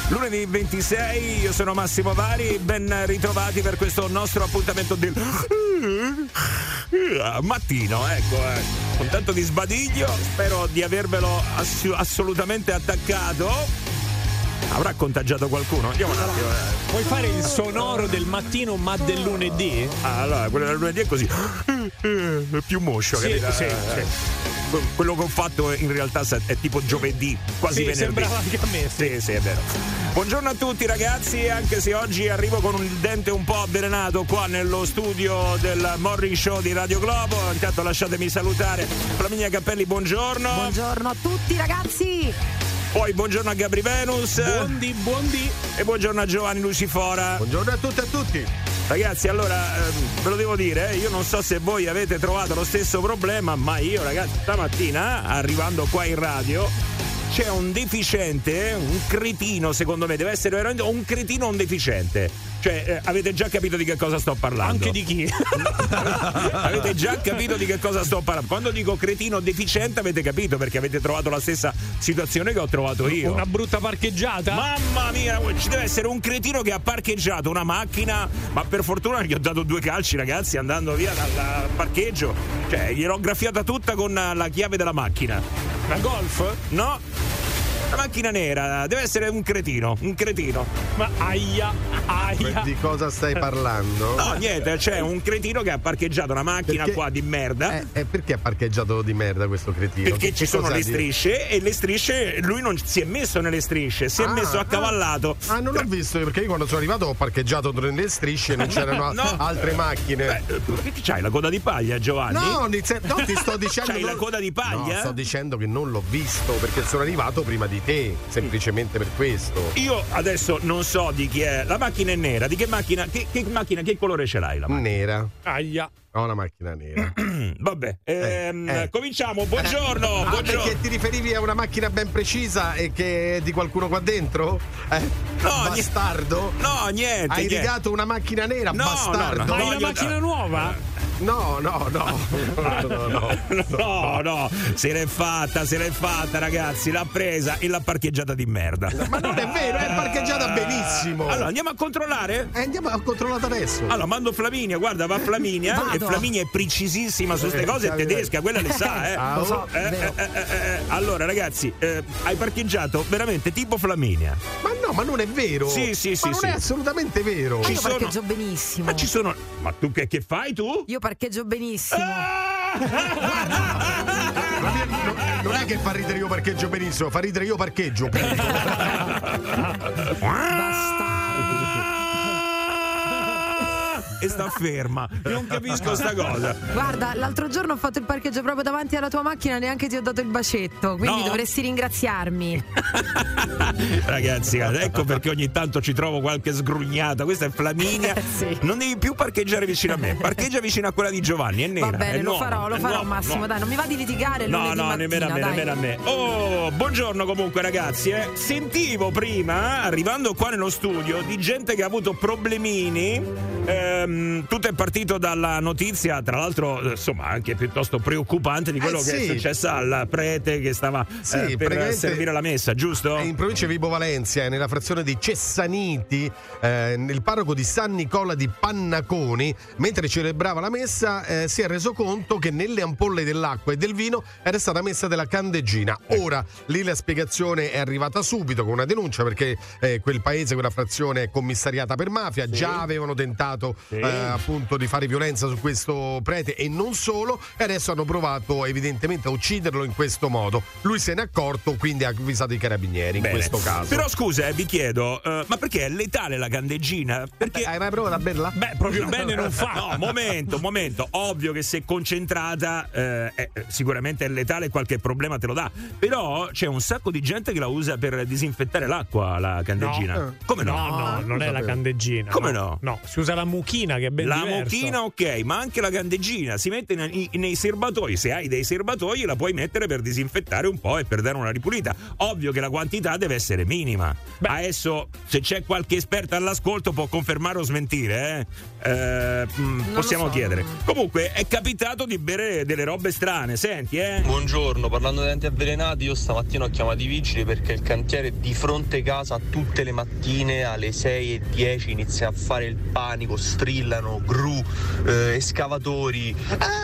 lunedì 26, io sono Massimo Vari, ben ritrovati per questo nostro appuntamento del mattino, ecco, con tanto di sbadiglio, spero di avervelo assolutamente attaccato. Avrà contagiato qualcuno? Andiamo un attimo. Puoi fare il sonoro del mattino ma del lunedì? Allora, quello del lunedì è così. È più moscio, sì, capito? Sì. Quello che ho fatto in realtà è tipo giovedì, quasi venerdì. Sembrava anche a me. Sì, è vero. Buongiorno a tutti ragazzi, anche se oggi arrivo con un dente un po' avvelenato qua nello studio del Morning Show di Radio Globo. Intanto lasciatemi salutare Flaminia Cappelli, buongiorno. Buongiorno a tutti ragazzi. Poi buongiorno a Gabri Venus. Buondì. E buongiorno a Giovanni Lucifora. Buongiorno a tutti e a tutti. Ragazzi, allora, ve lo devo dire, io non so se voi avete trovato lo stesso problema, ma io, ragazzi, stamattina, arrivando qua in radio, c'è un deficiente, un cretino, secondo me, deve essere veramente un cretino o un deficiente. Cioè, avete già capito di che cosa sto parlando? Anche di chi? Avete già capito di che cosa sto parlando? Quando dico cretino deficiente avete capito, perché avete trovato la stessa situazione che ho trovato io. Una brutta parcheggiata? Mamma mia, ci deve essere un cretino che ha parcheggiato una macchina, ma per fortuna gli ho dato 2 calci, ragazzi, andando via dal parcheggio. Cioè, gliel'ho graffiata tutta con la chiave della macchina. La Golf? No. La macchina nera, deve essere un cretino. Ma aia. Di cosa stai parlando? No, niente, c'è un cretino che ha parcheggiato una macchina qua di merda. Perché ha parcheggiato di merda questo cretino? Perché ci sono le strisce e le strisce, lui non si è messo nelle strisce, si è messo accavallato. Non l'ho visto, perché io quando sono arrivato ho parcheggiato nelle strisce e non c'erano altre macchine. Perché c'hai la coda di paglia, Giovanni? No, ti sto dicendo. C'hai la coda di paglia? No, sto dicendo che non l'ho visto perché sono arrivato prima di te, semplicemente per questo. Io adesso non so di chi è. La macchina è nera. Di che macchina? Che macchina? Che colore ce l'hai la macchina? Nera. Aia. Ho una macchina nera. Vabbè, cominciamo. Buongiorno. Perché ti riferivi a una macchina ben precisa e che è di qualcuno qua dentro? No, bastardo? No, niente. Hai ridato una macchina nera, bastardo? Ma hai una macchina nuova? No, se l'è fatta, ragazzi, l'ha presa e l'ha parcheggiata di merda. Ma non è vero, è parcheggiata benissimo. Allora, andiamo a controllare? Andiamo a controllare adesso. Allora, mando Flaminia, guarda, va Flaminia. Vado. E Flaminia è precisissima su queste cose, è tedesca, quella le sa, Lo so, Allora, ragazzi, hai parcheggiato veramente tipo Flaminia. Ma non è vero. Sì. Ma non è assolutamente vero. io parcheggio benissimo. Ma ci sono. Ma tu che fai tu? Io parcheggio benissimo. Non è che fa ridere io parcheggio benissimo, fa ridere io parcheggio. E sta ferma. Io non capisco sta cosa. Guarda, l'altro giorno ho fatto il parcheggio proprio davanti alla tua macchina, neanche ti ho dato il bacetto, quindi dovresti ringraziarmi. Ragazzi, ecco perché ogni tanto ci trovo qualche sgrugnata. Questa è Flaminia. Sì. Non devi più parcheggiare vicino a me, parcheggia vicino a quella di Giovanni, è nera. Va bene, è lo nuova, farò Massimo, dai, non mi va di litigare lunedì mattina, nemmeno a me. Oh, buongiorno comunque ragazzi, Sentivo prima, arrivando qua nello studio, di gente che ha avuto problemini. Tutto è partito dalla notizia, tra l'altro, insomma, anche piuttosto preoccupante, di quello che è successo al prete che stava per servire la messa, giusto? In provincia di Vibo Valentia, nella frazione di Cessaniti, nel parroco di San Nicola di Pannaconi, mentre celebrava la messa, si è reso conto che nelle ampolle dell'acqua e del vino era stata messa della candeggina. Ora, lì la spiegazione è arrivata subito con una denuncia, perché quel paese, quella frazione è commissariata per mafia, già avevano tentato appunto di fare violenza su questo prete e non solo, e adesso hanno provato evidentemente a ucciderlo in questo modo. Lui se n'è accorto, quindi ha avvisato i carabinieri. Bene. In questo caso. Però scusa, vi chiedo, ma perché è letale la candeggina? Perché hai mai provato a berla? Beh, proprio bene non fa. No, momento. Ovvio che se concentrata sicuramente è letale, qualche problema te lo dà. Però c'è un sacco di gente che la usa per disinfettare l'acqua, la candeggina. No. Come no? No, non è la candeggina. Come no? No, si usa la mucchina mochina che è ben diverso. La mochina ok, ma anche la candeggina si mette nei serbatoi. Se hai dei serbatoi la puoi mettere per disinfettare un po' e per dare una ripulita. Ovvio che la quantità deve essere minima. Adesso se c'è qualche esperto all'ascolto può confermare o smentire, possiamo chiedere. Comunque è capitato di bere delle robe strane, senti, Buongiorno, parlando di denti avvelenati, io stamattina ho chiamato i vigili perché il cantiere di fronte casa tutte le mattine alle 6:10 inizia a fare il panico, strillano, gru, escavatori.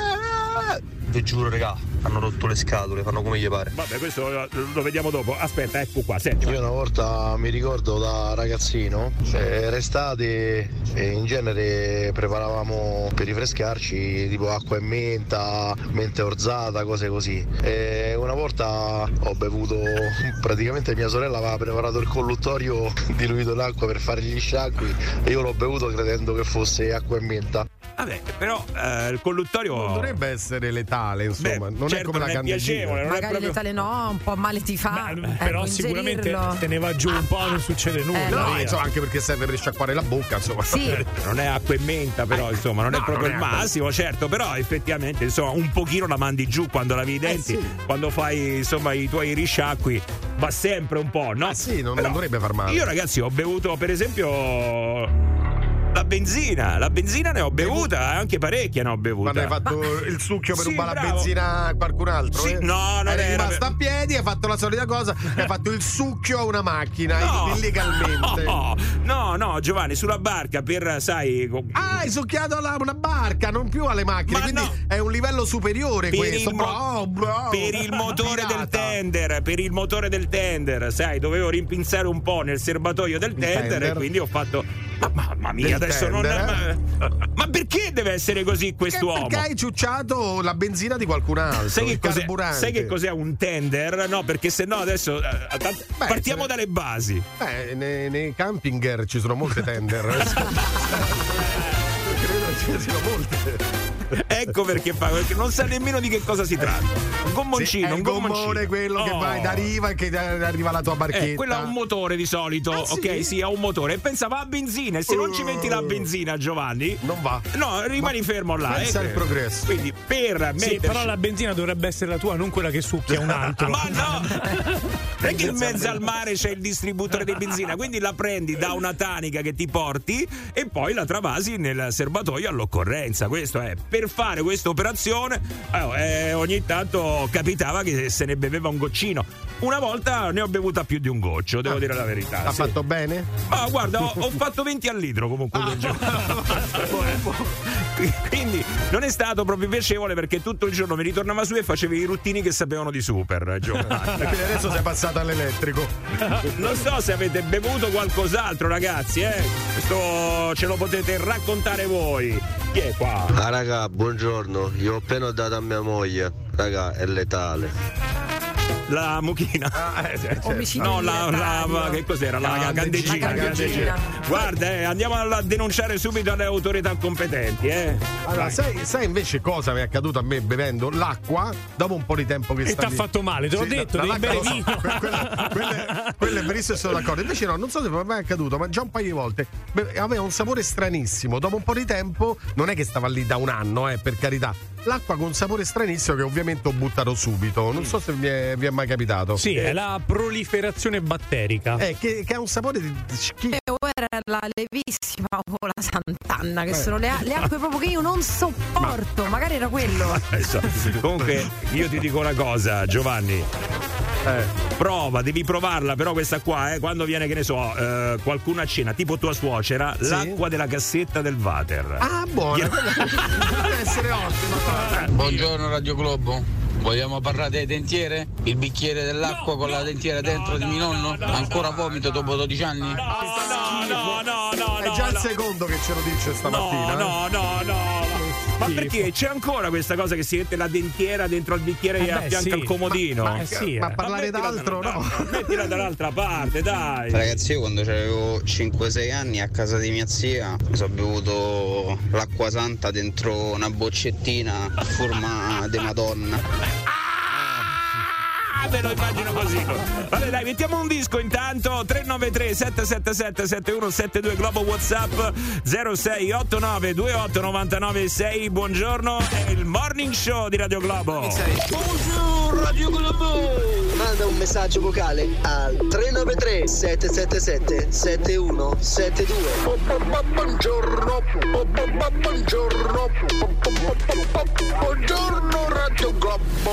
Vi giuro, regà, hanno rotto le scatole, fanno come gli pare. Vabbè, questo lo vediamo dopo. Aspetta, ecco qua, senti. Io una volta mi ricordo da ragazzino, era estate e in genere preparavamo per rinfrescarci tipo acqua e menta orzata, cose così. E una volta ho bevuto, praticamente mia sorella aveva preparato il colluttorio diluito d'acqua per fare gli sciacqui e io l'ho bevuto credendo che fosse acqua e menta. Vabbè, però il colluttorio non dovrebbe essere letale, insomma. Beh, non certo, è come la candeggina. Magari letale no, un po' male ti fa. Però sicuramente te ne va giù un po', non succede nulla. No, insomma, anche perché serve per sciacquare la bocca, insomma. Sì. Non è acqua e menta, però insomma non è proprio il massimo, certo, però effettivamente insomma un pochino la mandi giù quando lavi i denti, quando fai insomma i tuoi risciacqui, va sempre un po', no? Ah sì, non dovrebbe far male. Io ragazzi ho bevuto per esempio la benzina ne ho bevuta, anche parecchia ne ho bevuta. Ma hai fatto il succhio per rubare la benzina a qualcun altro? Sì, no, non eri rimasto a piedi, hai fatto la solita cosa, hai fatto il succhio a una macchina illegalmente. No, Giovanni, sulla barca per, sai. Hai succhiato una barca, non più alle macchine, ma quindi è un livello superiore per questo. Per il motore del tender, sai, dovevo rimpinzare un po' nel serbatoio del tender e quindi ho fatto. Mamma mia, adesso tender, Ma perché deve essere così quest'uomo? Perché hai ciucciato la benzina di qualcun altro. Sai che cos'è un tender? No, perché sennò adesso partiamo dalle basi. Nei campinger ci sono molte tender. Credo ci siano molte. Ecco perché non sa nemmeno di che cosa si tratta. Un gommoncino, sì, un gommone, quello che vai da riva e che arriva alla tua barchetta. Quello ha un motore di solito, ok? Sì, ha un motore. E pensava a benzina, e se non ci metti la benzina, Giovanni, non va. No, rimani fermo là. Pensa al progresso. Quindi per metterci... però la benzina dovrebbe essere la tua, non quella che succhia un altro. Ma no! Non è che in mezzo al mare c'è il distributore di benzina, quindi la prendi da una tanica che ti porti e poi la travasi nel serbatoio all'occorrenza. Questo è. Per fare questa operazione ogni tanto capitava che se ne beveva un goccino. Una volta ne ho bevuta più di un goccio, devo dire la verità. Ha fatto bene? Guarda, ho fatto 20 al litro comunque quel giorno. Quindi non è stato proprio piacevole perché tutto il giorno mi ritornava su e facevi i ruttini che sapevano di super, Giovanni. Quindi adesso sei passato all'elettrico. Non so se avete bevuto qualcos'altro, ragazzi, questo ce lo potete raccontare voi. Chi è qua? Raga, buongiorno, io ho appena dato a mia moglie. Raga, è letale. La mucchina. No, che cos'era? La candeggina. Guarda, andiamo a denunciare subito alle autorità competenti, Allora, sai invece cosa mi è accaduto a me bevendo l'acqua dopo un po' di tempo che ti ha fatto male, te l'ho detto, devi bere vino. Quello è benissimo, sono d'accordo. Invece no, non so se per me è accaduto, ma già un paio di volte aveva un sapore stranissimo. Dopo un po' di tempo, non è che stava lì da un anno, per carità. L'acqua con un sapore stranissimo che ovviamente ho buttato subito. Non so se vi è mai capitato. Sì, è la proliferazione batterica. Che ha un sapore di schifo. Era la levissima o la Sant'Anna, che sono le acque proprio che io non sopporto. Magari era quello. Comunque, io ti dico una cosa, Giovanni. Devi provarla, però questa qua, quando viene, che ne so, qualcuno a cena, tipo tua suocera, l'acqua della cassetta del water. Buona, deve essere ottima. Buongiorno Radio Globo, vogliamo parlare delle dentiere? Il bicchiere dell'acqua con la dentiera dentro di mio nonno? Ancora vomito dopo 12 anni? No, è già il secondo che ce lo dice stamattina. No. Ma perché c'è ancora questa cosa che si mette la dentiera dentro al bicchiere e affianca al comodino? Ma parlare d'altro no. Mettila dall'altra parte, dai. Ragazzi, io quando avevo 5-6 anni a casa di mia zia mi sono bevuto l'acqua santa dentro una boccettina a forma di Madonna. Me lo immagino così. Vabbè dai, mettiamo un disco intanto. 393 777 7172 Globo WhatsApp 0689 28 99 6. Buongiorno, è il Morning Show di Radio Globo. Buongiorno Radio Globo. Manda un messaggio vocale al 393 777 7172. Buongiorno. Buongiorno Radio Globo.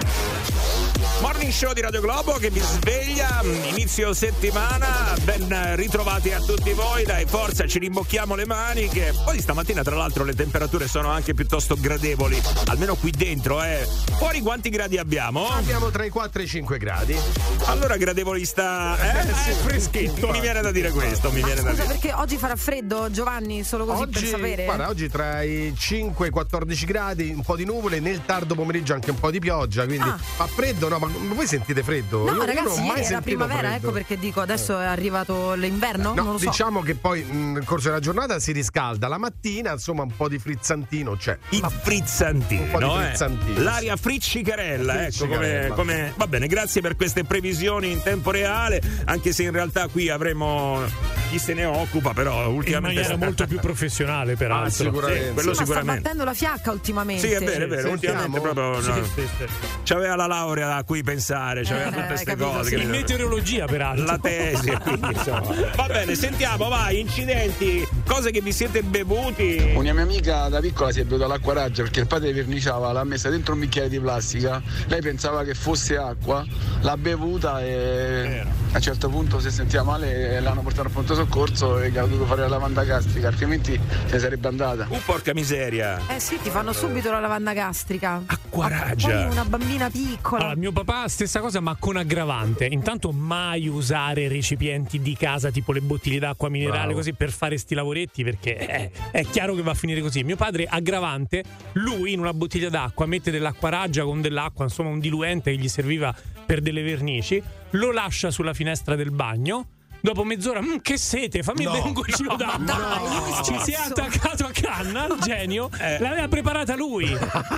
Morning Show di Radio Globo che vi sveglia, inizio settimana, ben ritrovati a tutti voi, dai forza, ci rimbocchiamo le maniche. Poi stamattina tra l'altro le temperature sono anche piuttosto gradevoli, almeno qui dentro, Fuori quanti gradi abbiamo? Abbiamo tra i 4 e i 5 gradi. Allora gradevoli sta, freschetto. Mi viene da dire questo, perché oggi farà freddo, Giovanni, solo così per sapere? Guarda, oggi tra i 5 e i 14 gradi, un po' di nuvole, nel tardo pomeriggio anche un po' di pioggia, quindi fa freddo, no? Ma voi sentite freddo? No, io ragazzi, non ho mai era primavera, freddo. Ecco perché dico, adesso è arrivato l'inverno? No, non lo so. diciamo che poi nel corso della giornata si riscalda, la mattina insomma un po' di frizzantino c'è. Il frizzantino, un po' di frizzantino. L'aria friccicarella, ecco come. Va bene, grazie per queste previsioni in tempo reale, anche se in realtà qui avremo chi se ne occupa, però ultimamente in maniera molto più professionale, peraltro. Sicuramente. Sì, quello sicuramente. Sta battendo la fiacca ultimamente. Sì, è vero, ultimamente proprio c'aveva la laurea a cui pensare, c'aveva tutte queste cose. In meteorologia, peraltro. La tesi, quindi, insomma. Va bene, sentiamo, vai, incidenti, cose che vi siete bevuti. Una mia amica da piccola si è bevuta l'acqua raggia perché il padre verniciava, l'ha messa dentro un bicchiere di plastica, lei pensava che fosse acqua, l'ha bevuta e a un certo punto si sentiva male l'hanno portato al pronto soccorso e gli ha dovuto fare la lavanda gastrica, altrimenti se ne sarebbe andata. Porca miseria. Sì, ti fanno subito la lavanda gastrica. Acqua raggia. Poi una bambina piccola. Allora, mio papà stessa cosa ma con aggravante. Intanto mai usare recipienti di casa tipo le bottiglie d'acqua minerale così per fare sti lavoretti, perché è chiaro che va a finire così. Mio padre aggravante, lui in una bottiglia d'acqua mette dell'acqua raggia con dell'acqua, insomma un diluente che gli serviva per delle vernici, lo lascia sulla finestra del bagno. Dopo mezz'ora, che sete, fammi bere un goccino d'acqua. Ci si è attaccato a canna, genio, l'aveva preparata lui.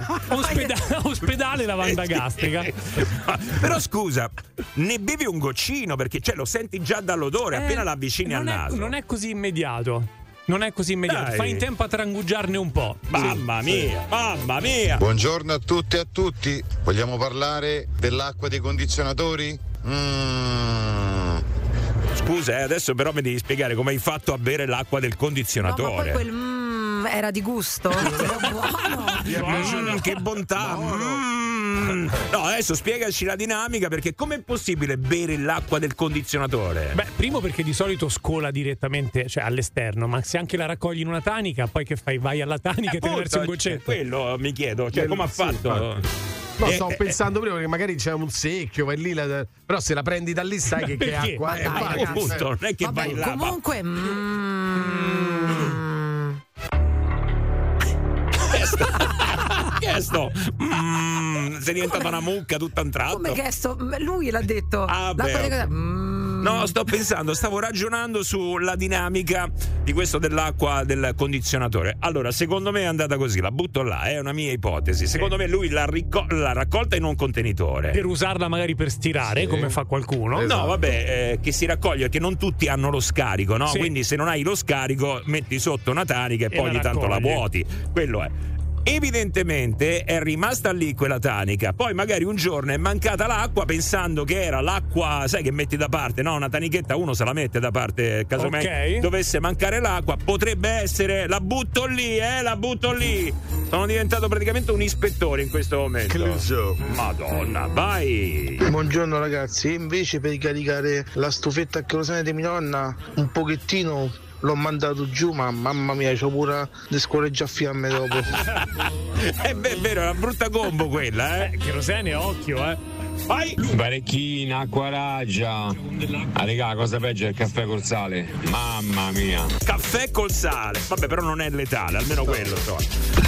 Ospedale lavanda gastrica. Però scusa, ne bevi un goccino perché lo senti già dall'odore appena l'avvicini al naso. Non è così immediato. Dai. Fai in tempo a trangugiarne un po'. Mamma mia. Buongiorno a tutte e a tutti. Vogliamo parlare dell'acqua dei condizionatori? Scusa, adesso però mi devi spiegare come hai fatto a bere l'acqua del condizionatore. No, ma poi quel era di gusto. Era buono. Che bontà. No, adesso spiegaci la dinamica, perché com'è possibile bere l'acqua del condizionatore? Beh, primo perché di solito scola direttamente, cioè all'esterno, ma se anche la raccogli in una tanica, poi che fai? Vai alla tanica e te ne versi un goccetto. Quello mi chiedo, come ha fatto? No, sto pensando prima che magari c'è un secchio, vai lì, però se la prendi da lì sai che acqua è. Appunto, non è che vai là. Comunque, Che è sto? Sei diventata una mucca tutta un tratto. Come che è sto? Lui l'ha detto. No, sto pensando, stavo ragionando sulla dinamica di questo dell'acqua del condizionatore. Allora, secondo me è andata così, la butto là, è una mia ipotesi. Secondo me lui l'ha raccolta in un contenitore. Per usarla magari per stirare, come fa qualcuno. Esatto. No, vabbè, che si raccoglie, perché non tutti hanno lo scarico, no? Sì. Quindi se non hai lo scarico, metti sotto una tanica e poi ogni tanto la vuoti. Quello è. Evidentemente è rimasta lì quella tanica, poi magari un giorno è mancata l'acqua pensando che era l'acqua, sai, che metti da parte, no? Una tanichetta uno se la mette da parte, casomai dovesse mancare l'acqua, potrebbe essere, la butto lì. Sono diventato praticamente un ispettore in questo momento. Madonna, vai. Buongiorno ragazzi, invece per caricare la stufetta a kerosene di mia nonna un pochettino l'ho mandato giù, ma mamma mia, c'ho pure le scorregge fiamme dopo. È vero, è una brutta combo quella, Kerosene, occhio, Vai! Barechina, acqua raggia. Raga, cosa peggio è il caffè col sale. Mamma mia. Caffè col sale. Vabbè, però non è letale, almeno quello, so.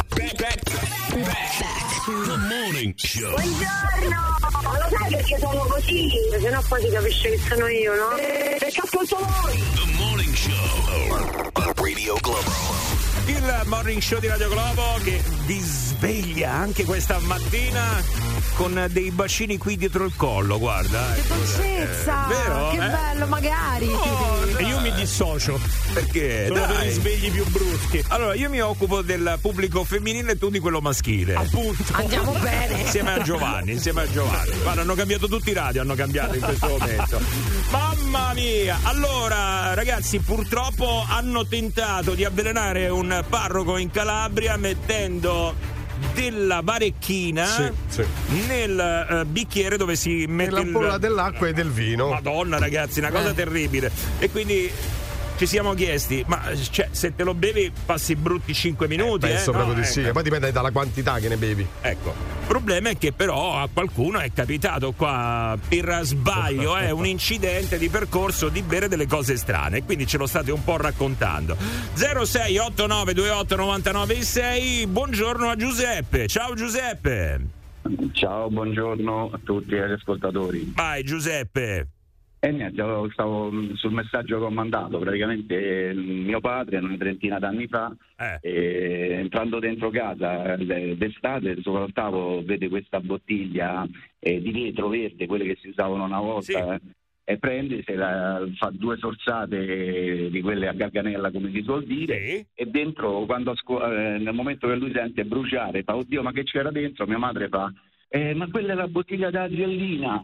The Morning Show. Buongiorno! Ma lo sai perché sono così? Se no poi si capisce che sono io, no? Perché ascolto voi! The Morning Show. Radio Il morning show di Radio Globo che vi sveglia anche questa mattina con dei bacini qui dietro il collo, guarda. Che dolcezza! Vero? Che bello, magari. E io mi dissocio. Perché? Sono per gli svegli più bruschi. Allora, io mi occupo del pubblico femminile e tu di quello maschile. Appunto. Andiamo bene. Insieme a Giovanni. Guarda, hanno cambiato tutti i radio, hanno cambiato in questo momento. Mamma mia! Allora, ragazzi, purtroppo hanno tentato di avvelenare un parroco in Calabria mettendo della varecchina nel bicchiere dove si mette l'ampolla dell'acqua e del vino. Madonna, ragazzi, una cosa terribile. E quindi ci siamo chiesti, ma se te lo bevi passi brutti 5 minuti? Penso proprio di sì, e poi dipende dalla quantità che ne bevi. Ecco, il problema è che però a qualcuno è capitato qua per sbaglio un incidente di percorso di bere delle cose strane, quindi ce lo state un po' raccontando. 0689289996. Buongiorno a Giuseppe. Ciao Giuseppe. Ciao, buongiorno a tutti gli ascoltatori. Vai Giuseppe. E niente, stavo sul messaggio che ho mandato. Praticamente mio padre una trentina d'anni fa, entrando dentro casa d'estate, sopra il tavolo vede questa bottiglia di vetro verde, quelle che si usavano una volta, e prende, fa 2 sorsate di quelle a garganella, come si suol dire, e dentro, nel momento che lui sente bruciare, fa oddio, ma che c'era dentro? Mia madre fa ma quella è la bottiglia d'Adriellina.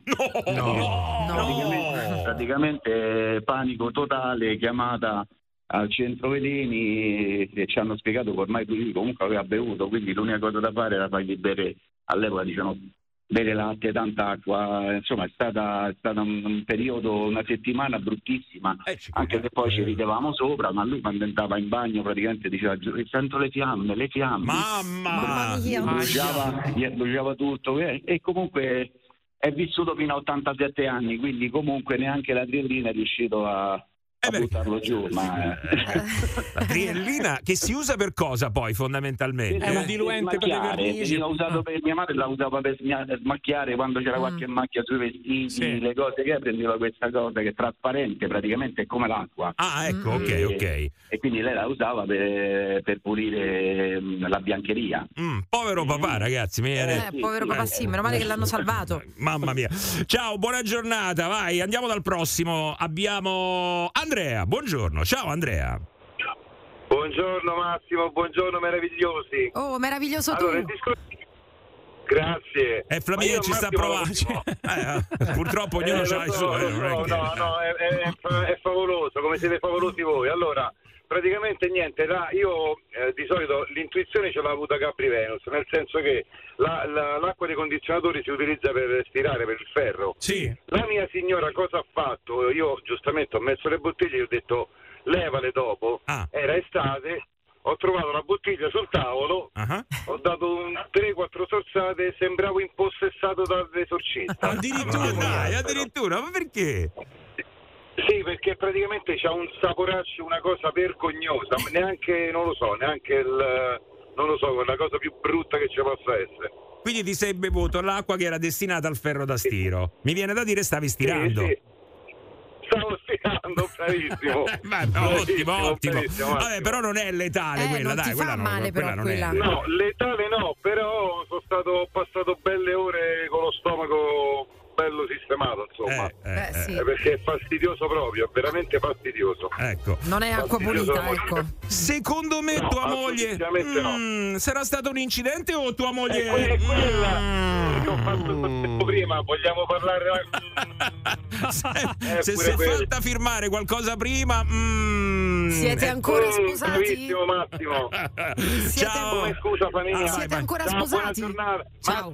Praticamente panico totale, chiamata al centro veleni e ci hanno spiegato che ormai lui comunque aveva bevuto, quindi l'unica cosa da fare era fargli bere, all'epoca dicevano bere latte, tanta acqua, insomma è stata un periodo, una settimana bruttissima, anche se poi ci ridevamo sopra, ma lui quando entrava in bagno praticamente diceva sento le fiamme. Mamma mia, bruciava tutto e comunque è vissuto fino a 87 anni, quindi comunque neanche la triellina è riuscito a buttarlo giù. Ma la triellina che si usa per cosa poi fondamentalmente? È un diluente per le vernici. Mia madre la usava per smacchiare quando c'era qualche macchia sui vestiti, le cose che prendeva questa cosa che è trasparente, praticamente è come l'acqua. Ecco, ok. E quindi lei la usava per pulire la biancheria. Povero papà, ragazzi. Povero papà, sì, meno male che l'hanno salvato. Mamma mia. Ciao, buona giornata, vai, andiamo dal prossimo. Abbiamo Andrea, buongiorno. Ciao Andrea. Buongiorno Massimo, buongiorno meravigliosi. Oh, meraviglioso allora, tu. Grazie. Flamiglia ci sta provando. Purtroppo ognuno ha il suo. No, è favoloso, come siete favolosi voi. Allora, praticamente niente, io di solito l'intuizione ce l'ha avuta Capri Venus, nel senso che l'acqua dei condizionatori si utilizza per stirare, per il ferro. Sì. La mia signora cosa ha fatto? Io giustamente ho messo le bottiglie e ho detto levale dopo. Era estate, ho trovato la bottiglia sul tavolo, ho dato 3-4 sorsate, sembravo impossessato dall'esorcista. Addirittura, ma perché? Sì, perché praticamente c'ha un saporaccio, una cosa vergognosa, neanche quella cosa più brutta che ci possa essere. Quindi ti sei bevuto l'acqua che era destinata al ferro da stiro. Mi viene da dire stavi stirando. Sì. Stavo stirando, bravissimo. Ottimo. Vabbè, però non è letale quella, non dai. Ti fa male, però quella. No, letale no, però ho passato belle ore con lo stomaco bello sistemato, insomma. Sì. Perché è fastidioso proprio, è veramente fastidioso. Ecco. Non è acqua pulita, ecco. Secondo me tua moglie sarà stato un incidente o tua moglie è quella che ho fatto prima, vogliamo parlare se si è fatta firmare qualcosa prima siete ancora sposati? Bravissimo Massimo. Ciao. Scusa famiglia. Siete ancora sposati? Buona giornata. Ciao.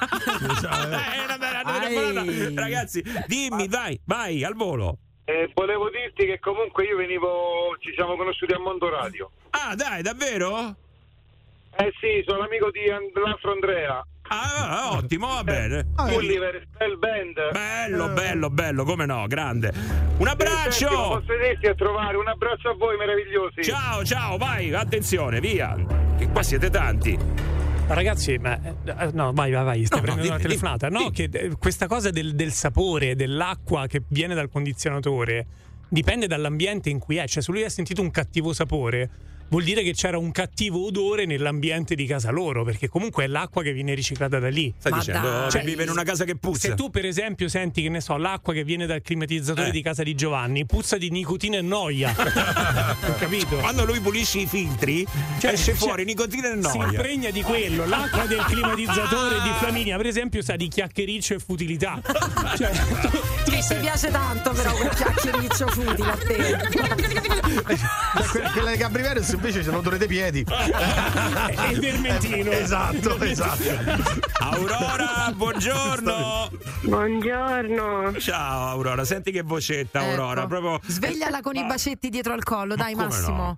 Massimo. Ragazzi, dimmi, vai al volo. Volevo dirti che comunque ci siamo conosciuti a Mondo Radio. Ah, dai, davvero? Sì, sono amico di l'altro Andrea. Ottimo, va bene. Oliver Spell Band. Bello, come no, grande. Un abbraccio. Posso venirti a trovare, un abbraccio a voi meravigliosi. Ciao, vai, attenzione, via. Che qua siete tanti. Ragazzi, no, vai, stai prendendo una telefonata. Che questa cosa del sapore dell'acqua che viene dal condizionatore dipende dall'ambiente in cui è. Cioè, se lui ha sentito un cattivo sapore, vuol dire che c'era un cattivo odore nell'ambiente di casa loro, perché comunque è l'acqua che viene riciclata da lì. Stai dicendo che vive in una casa che puzza? Se tu per esempio senti, che ne so, l'acqua che viene dal climatizzatore di casa di Giovanni, puzza di nicotina e noia. Capito? Quando lui pulisce i filtri, esce fuori nicotina e noia. Si impregna di quello. L'acqua del climatizzatore di Flaminia, per esempio, sa di chiacchiericcio e futilità. Cioè, Che ti piace tanto però quel chiacchiericcio futile a te. Quella di Gabriele invece c'è l'odore dei piedi. E il vermentino. Esatto. Aurora, buongiorno. Buongiorno. Ciao Aurora, senti che vocetta Aurora, proprio. Svegliala con i bacetti dietro al collo, dai Massimo.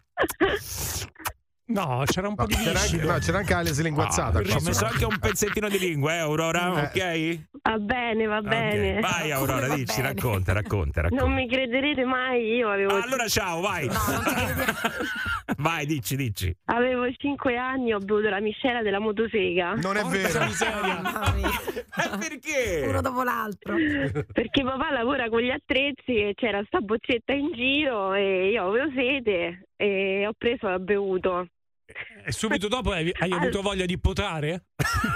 No, c'era un po' di viscido. C'era anche Alice linguazzata. Ho messo anche un pezzettino di lingua, Aurora, ok? Va bene, va bene. Vai Aurora, dici, racconta. Non mi crederete mai, io avevo... Allora ciao, vai. Vai, dici. Avevo 5 anni e ho bevuto la miscela della motosega. Non è vero. Perché? Uno dopo l'altro. Perché papà lavora con gli attrezzi e c'era sta boccetta in giro e io avevo sete e ho preso e ho bevuto. E subito dopo hai avuto voglia di potare?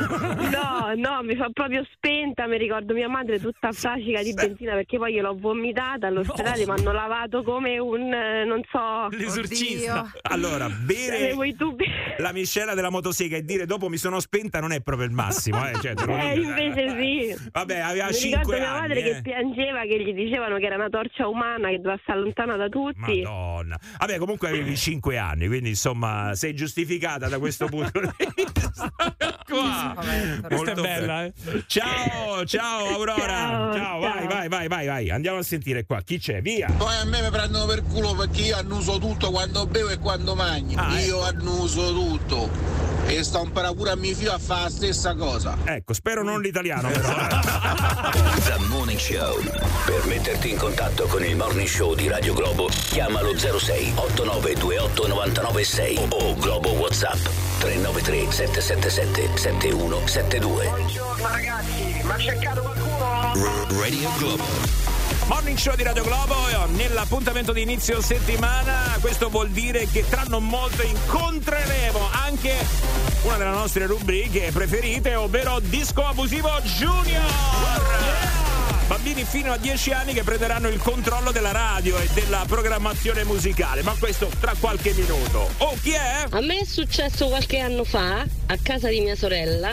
No, mi fa proprio spenta. Mi ricordo mia madre tutta flacica di benzina perché poi gliel'ho vomitata all'ospedale. Mi hanno lavato come un non so, l'esorcista. Oddio. Allora, bere la miscela della motosega e dire dopo mi sono spenta non è proprio il massimo, cioè, invece sì. Vabbè, aveva 5 anni. Mi ricordo mia madre che piangeva, che gli dicevano che era una torcia umana che doveva stare lontana da tutti. Madonna. Vabbè, comunque avevi 5 anni, quindi insomma sei giustificata da questo punto di vista. Questa è bella, Ciao Aurora. Ciao. Vai. Andiamo a sentire qua chi c'è, via. Poi a me mi prendono per culo perché io annuso tutto quando bevo e quando mangio. Io annuso tutto. E sto imparando pure a mio figlio a fare la stessa cosa. Ecco, spero non l'italiano però. The Morning Show. Per metterti in contatto con il Morning Show di Radio Globo, chiamalo 06 8928 996 o Globo WhatsApp 393 777 7172. Buongiorno ragazzi, ma ha cercato qualcuno? Radio Globo. Morning Show di Radio Globo, nell'appuntamento di inizio settimana. Questo vuol dire che tra non molto incontreremo anche una delle nostre rubriche preferite, ovvero Disco Abusivo Junior. Bambini fino a 10 anni che prenderanno il controllo della radio e della programmazione musicale, ma questo tra qualche minuto. Chi è? A me è successo qualche anno fa a casa di mia sorella,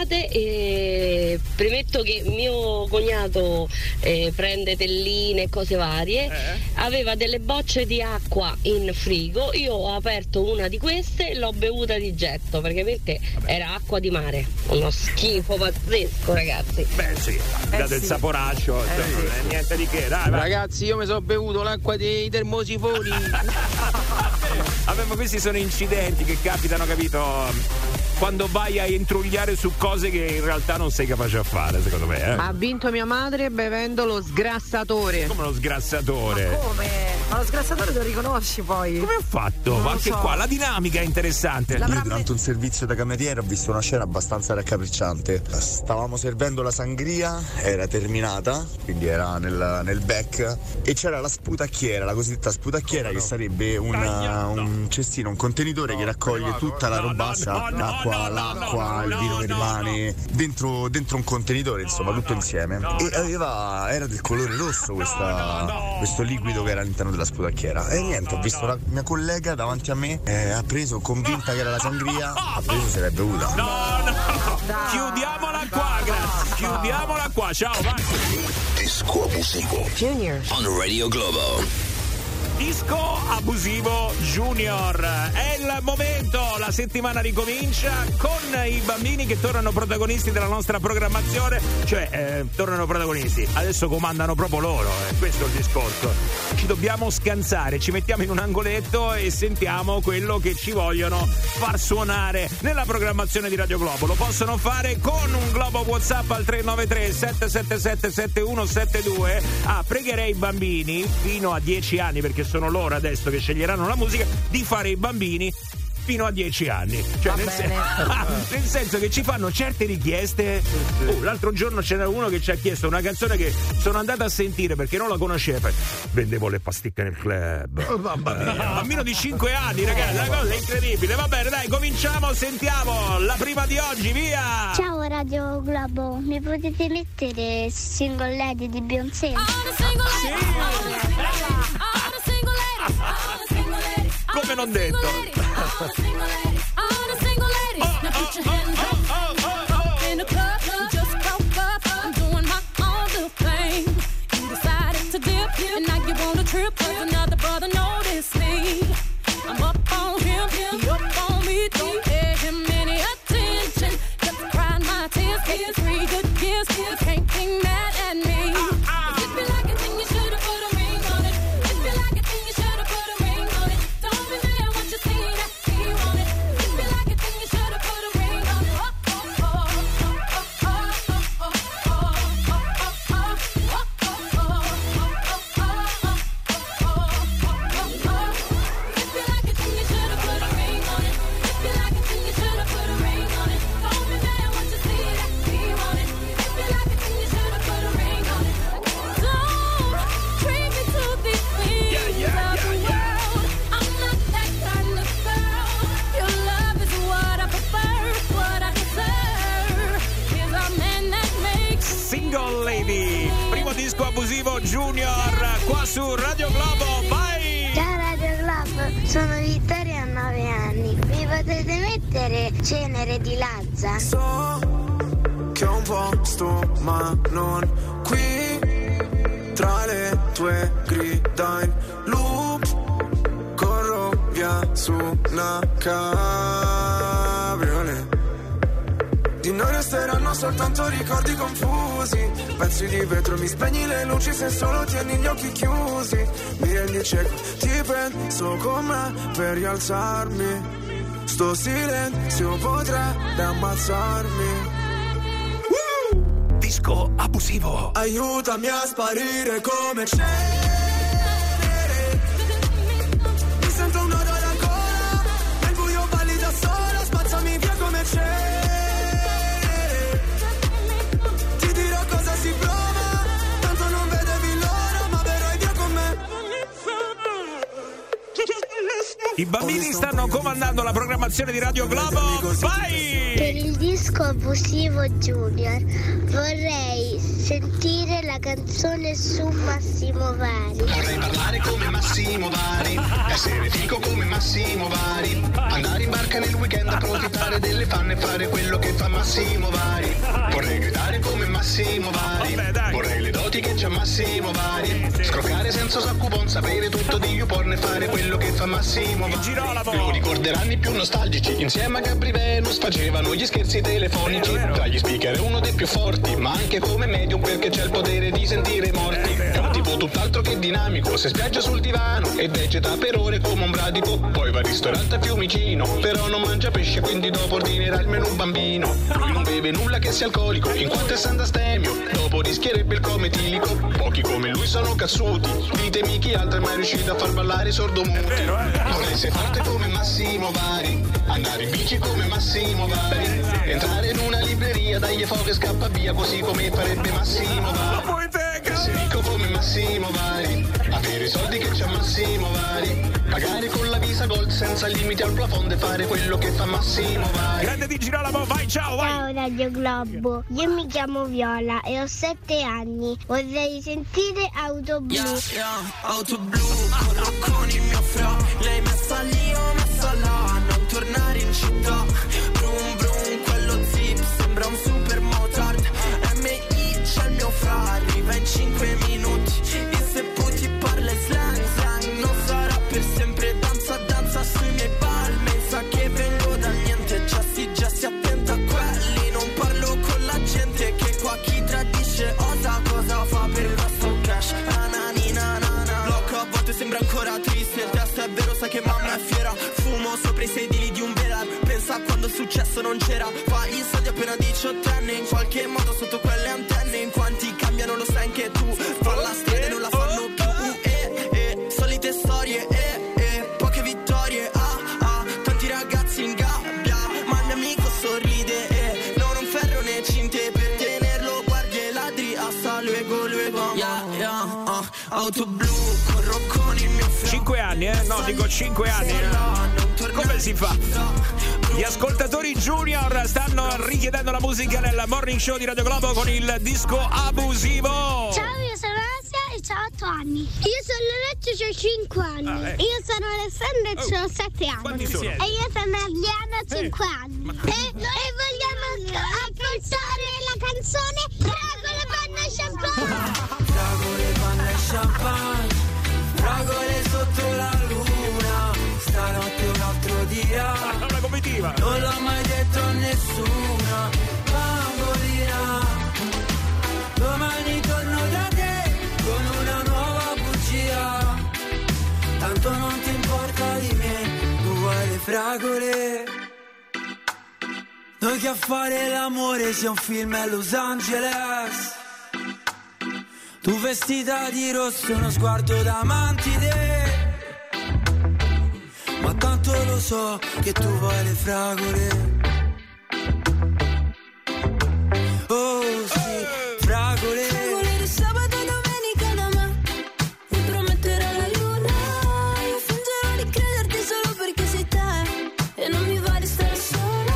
e premetto che mio cognato prende telline e cose varie, aveva delle bocce di acqua in frigo, io ho aperto una di queste e l'ho bevuta di getto, perché era acqua di mare, uno schifo pazzesco, ragazzi. Beh sì, dato il saporaccio. Non è niente di che, dai. Ragazzi, io mi sono bevuto l'acqua dei termosifoni. Vabbè, ma questi sono incidenti che capitano, capito? Quando vai a intrugliare su cose che in realtà non sei capace a fare, secondo me. Ha vinto mia madre bevendo lo sgrassatore. Come lo sgrassatore? Ma come? Ma lo sgrassatore lo riconosci poi? Come ha fatto? Non Anche so. qua la dinamica è interessante. Io durante un servizio da cameriere ho visto una scena abbastanza raccapricciante. Stavamo servendo la sangria, era terminata, quindi era nel back, e c'era la sputacchiera, la cosiddetta sputacchiera, che sarebbe un cestino, un contenitore che raccoglie tutta la robassa, l'acqua, il vino che rimane dentro un contenitore, insomma, tutto insieme. E era del colore rosso questo liquido che era all'interno della sputacchiera. E niente, ho visto la mia collega davanti a me, ha preso, convinta che era la sangria, ha preso, se l'è bevuta. Chiudiamola qua, grazie. Chiudiamola qua, ciao, vai. Disco Abusivo Junior on Radio Globo. Disco Abusivo Junior. È il momento, la settimana ricomincia con i bambini che tornano protagonisti della nostra programmazione, cioè tornano protagonisti, adesso comandano proprio loro, questo è il discorso. Ci dobbiamo scansare, ci mettiamo in un angoletto e sentiamo quello che ci vogliono far suonare nella programmazione di Radio Globo. Lo possono fare con un Globo WhatsApp al 393 777 7172. Pregherei i bambini fino a 10 anni, perché sono loro adesso che sceglieranno la musica, di fare i bambini fino a 10 anni. Cioè, nel senso che ci fanno certe richieste. L'altro giorno c'era uno che ci ha chiesto una canzone che sono andata a sentire perché non la conosceva. Vendevo le pasticche nel club. Bambino di 5 anni, ragazzi, la cosa è incredibile. Va bene, dai, cominciamo, sentiamo la prima di oggi, via. Ciao Radio Globo, mi potete mettere Single Lady di Beyoncé? Come non detto. I'm up on him, he up on me. Don't pay him any attention. Just crying my tears, getting 3 good years. You can't be mad at me. If you like it, then you should've put a ring on it. If you like it, then you should've put a ring on it. Don't be mad what you see that he want it. If you like it, then you should've put a ring on it. Disco abusivo Junior qua su Radio Globo, vai! Ciao Radio Globo, sono Vittoria, ho 9 anni. Mi potete mettere Cenere di Lazza? So che ho un posto ma non qui, tra le tue grida in loop, corro via su una cabriolet. Di noi resteranno soltanto ricordi confusi, pezzi di vetro, mi spegni le luci se solo tieni gli occhi chiusi. Mi rendi cieco, ti penso con me per rialzarmi. Sto silenzio potrebbe ammazzarmi. Disco abusivo. Aiutami a sparire come cenere. Mi sento un odore al gola, nel buio balli da sola, spazzami via come cenere. Si prova, tanto non vedevi l'ora, ma verrai via con me. I bambini stanno comandando la programmazione di Radio Globo, vai! Per il disco abusivo Junior vorrei sentire la canzone su Massimo Vari. Vorrei parlare come Massimo Vari, essere figo come Massimo Vari, andare in barca nel weekend, approfittare delle fan e fare quello che fa Massimo Vari. Vorrei gridare come Massimo Vari, vorrei le doti che c'ha Massimo Vari, scroccare senza saccupon, sapere tutto di YouPorn e fare quello che fa Massimo Vari. Lo ricorderanno i più nostalgici, insieme a Gabri Venus facevano gli scherzi telefonici, tra gli speaker è uno dei più forti, ma anche come medium perché c'è il potere di sentire i morti. È un tipo tutt'altro che dinamico, se spiaggia sul divano e vegeta per ore come un bradipo. Poi va al ristorante a Fiumicino, però non mangia pesce, quindi dopo ordinerà il menù bambino. Lui non beve nulla che sia alcolico, in quanto è sant'astemio, dopo rischierebbe il come etilico. Pochi come lui sono cazzuti, ditemi chi altro è mai riuscito a far ballare i sordomuti. Vorrei essere forte come Massimo Vari, andare in bici come Massimo Vari, entrare in una libreria, dagli fuoco e scappa via così come farebbe Massimo Vari. Essere ricco come Massimo Vari, avere i soldi che c'ha Massimo Vari, pagare con la Visa Gold senza limiti al plafond e fare quello che fa Massimo Vari. Grande di Girolamo, vai, ciao, vai! Ciao Radio Globo, io mi chiamo Viola e ho 7 anni. Vorrei sentire Auto Blu. Auto blu, con il mio fra. Lei messa lì, io messa là, non tornare in città. Brum brum, quello zip sembra un super motard. MI c'è il mio fra, arriva in 5 minuti. E se poi ti parla slang slang, non sarà per sempre. Danza danza sui miei palmi, sa che vengo da niente. Già si attenta a quelli, non parlo con la gente. Che qua chi tradisce osa, cosa fa per questo cash? Ananina nana, blocco a volte sembra ancora triste. Il testo è vero, sa che mamma è fiera. Fumo sopra i sedili di un velar, pensa a quando è successo non c'era. Fa i soldi appena 18enne, in qualche modo sotto quelle antenne. In quanti cambiano lo sai anche tu, fa la strada e non la fanno più. Solite storie, poche vittorie, tanti ragazzi auto blu, corro con il mio fra. 5 anni, no, dico 5 anni. Come si fa? Gli ascoltatori junior stanno richiedendo la musica nel morning show di Radio Globo con il disco abusivo. Ciao, io sono Asia e ho 8 anni. Io sono Lorenzo e ho 5 anni. Io sono Alessandra e ho 7 anni. Quanti sono? E io sono Adriana, 5 anni. E vogliamo apprezzare la canzone Fragole, panna e champagne. Fragole, panna e champagne. Fragole sotto la luna. Stanotte un altro dirà. Una comitiva. Non l'ho mai detto a nessuno. Bambolina. Domani torno da te con una nuova bugia. Tanto non ti importa di me, tu vuoi le fragole. Noi che a fare l'amore sia un film a Los Angeles. Tu vestita di rosso, uno sguardo da mantide. Ma tanto lo so che tu vuoi le fragole. Oh sì, fragole. Fragole di sabato e domenica da me. Mi prometterò la luna. Io fingerò di crederti solo perché sei te. E non mi va di stare sola.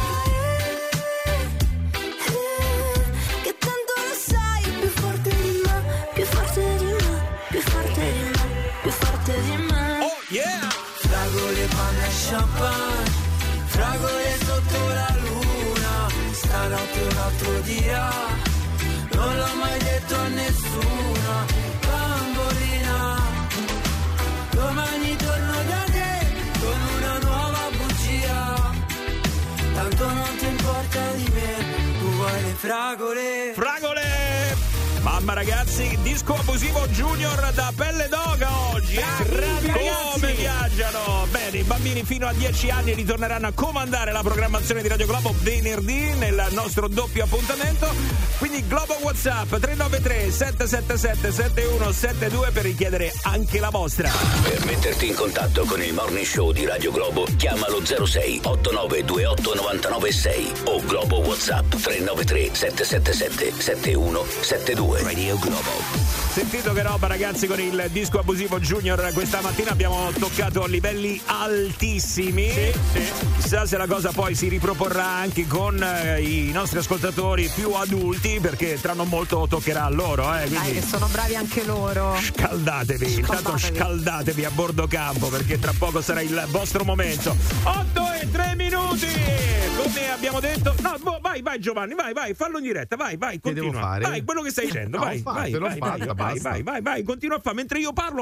Che tanto lo sai, più forte di me. Più forte di me. Più forte di me. Più forte di me. Oh yeah! Fragole, panna e champagne. Fragole sotto la luna. Stanotte un altro dirà. Non l'ho mai detto a nessuno. Bambolina. Domani torno da te con una nuova bugia. Tanto non ti importa di me, tu vuoi le fragole. Fragole! Mamma ragazzi, disco abusivo junior da Pelle d'Oca oggi. Come viaggiano! Bene, i bambini fino a 10 anni ritorneranno a comandare la programmazione di Radio Globo venerdì nel nostro doppio appuntamento. Quindi Globo WhatsApp 393 777 7172 per richiedere anche la vostra. Per metterti in contatto con il morning show di Radio Globo, chiamalo 06 8928 996 o Globo WhatsApp 393 777 7172. Radio Globo. Sentito che roba ragazzi con il disco abusivo junior questa mattina abbiamo toccato livelli altissimi. Sì. Chissà se la cosa poi si riproporrà anche con i nostri ascoltatori più adulti, perché tra non molto toccherà a loro. Quindi dai, che sono bravi anche loro. Scaldatevi, intanto scaldatevi a bordo campo perché tra poco sarà il vostro momento. 8:03. Come abbiamo detto, no, vai Giovanni, vai, fallo in diretta, vai, continua. Che devo fare? Vai, quello che stai dicendo, vai, continua a fare mentre io parlo.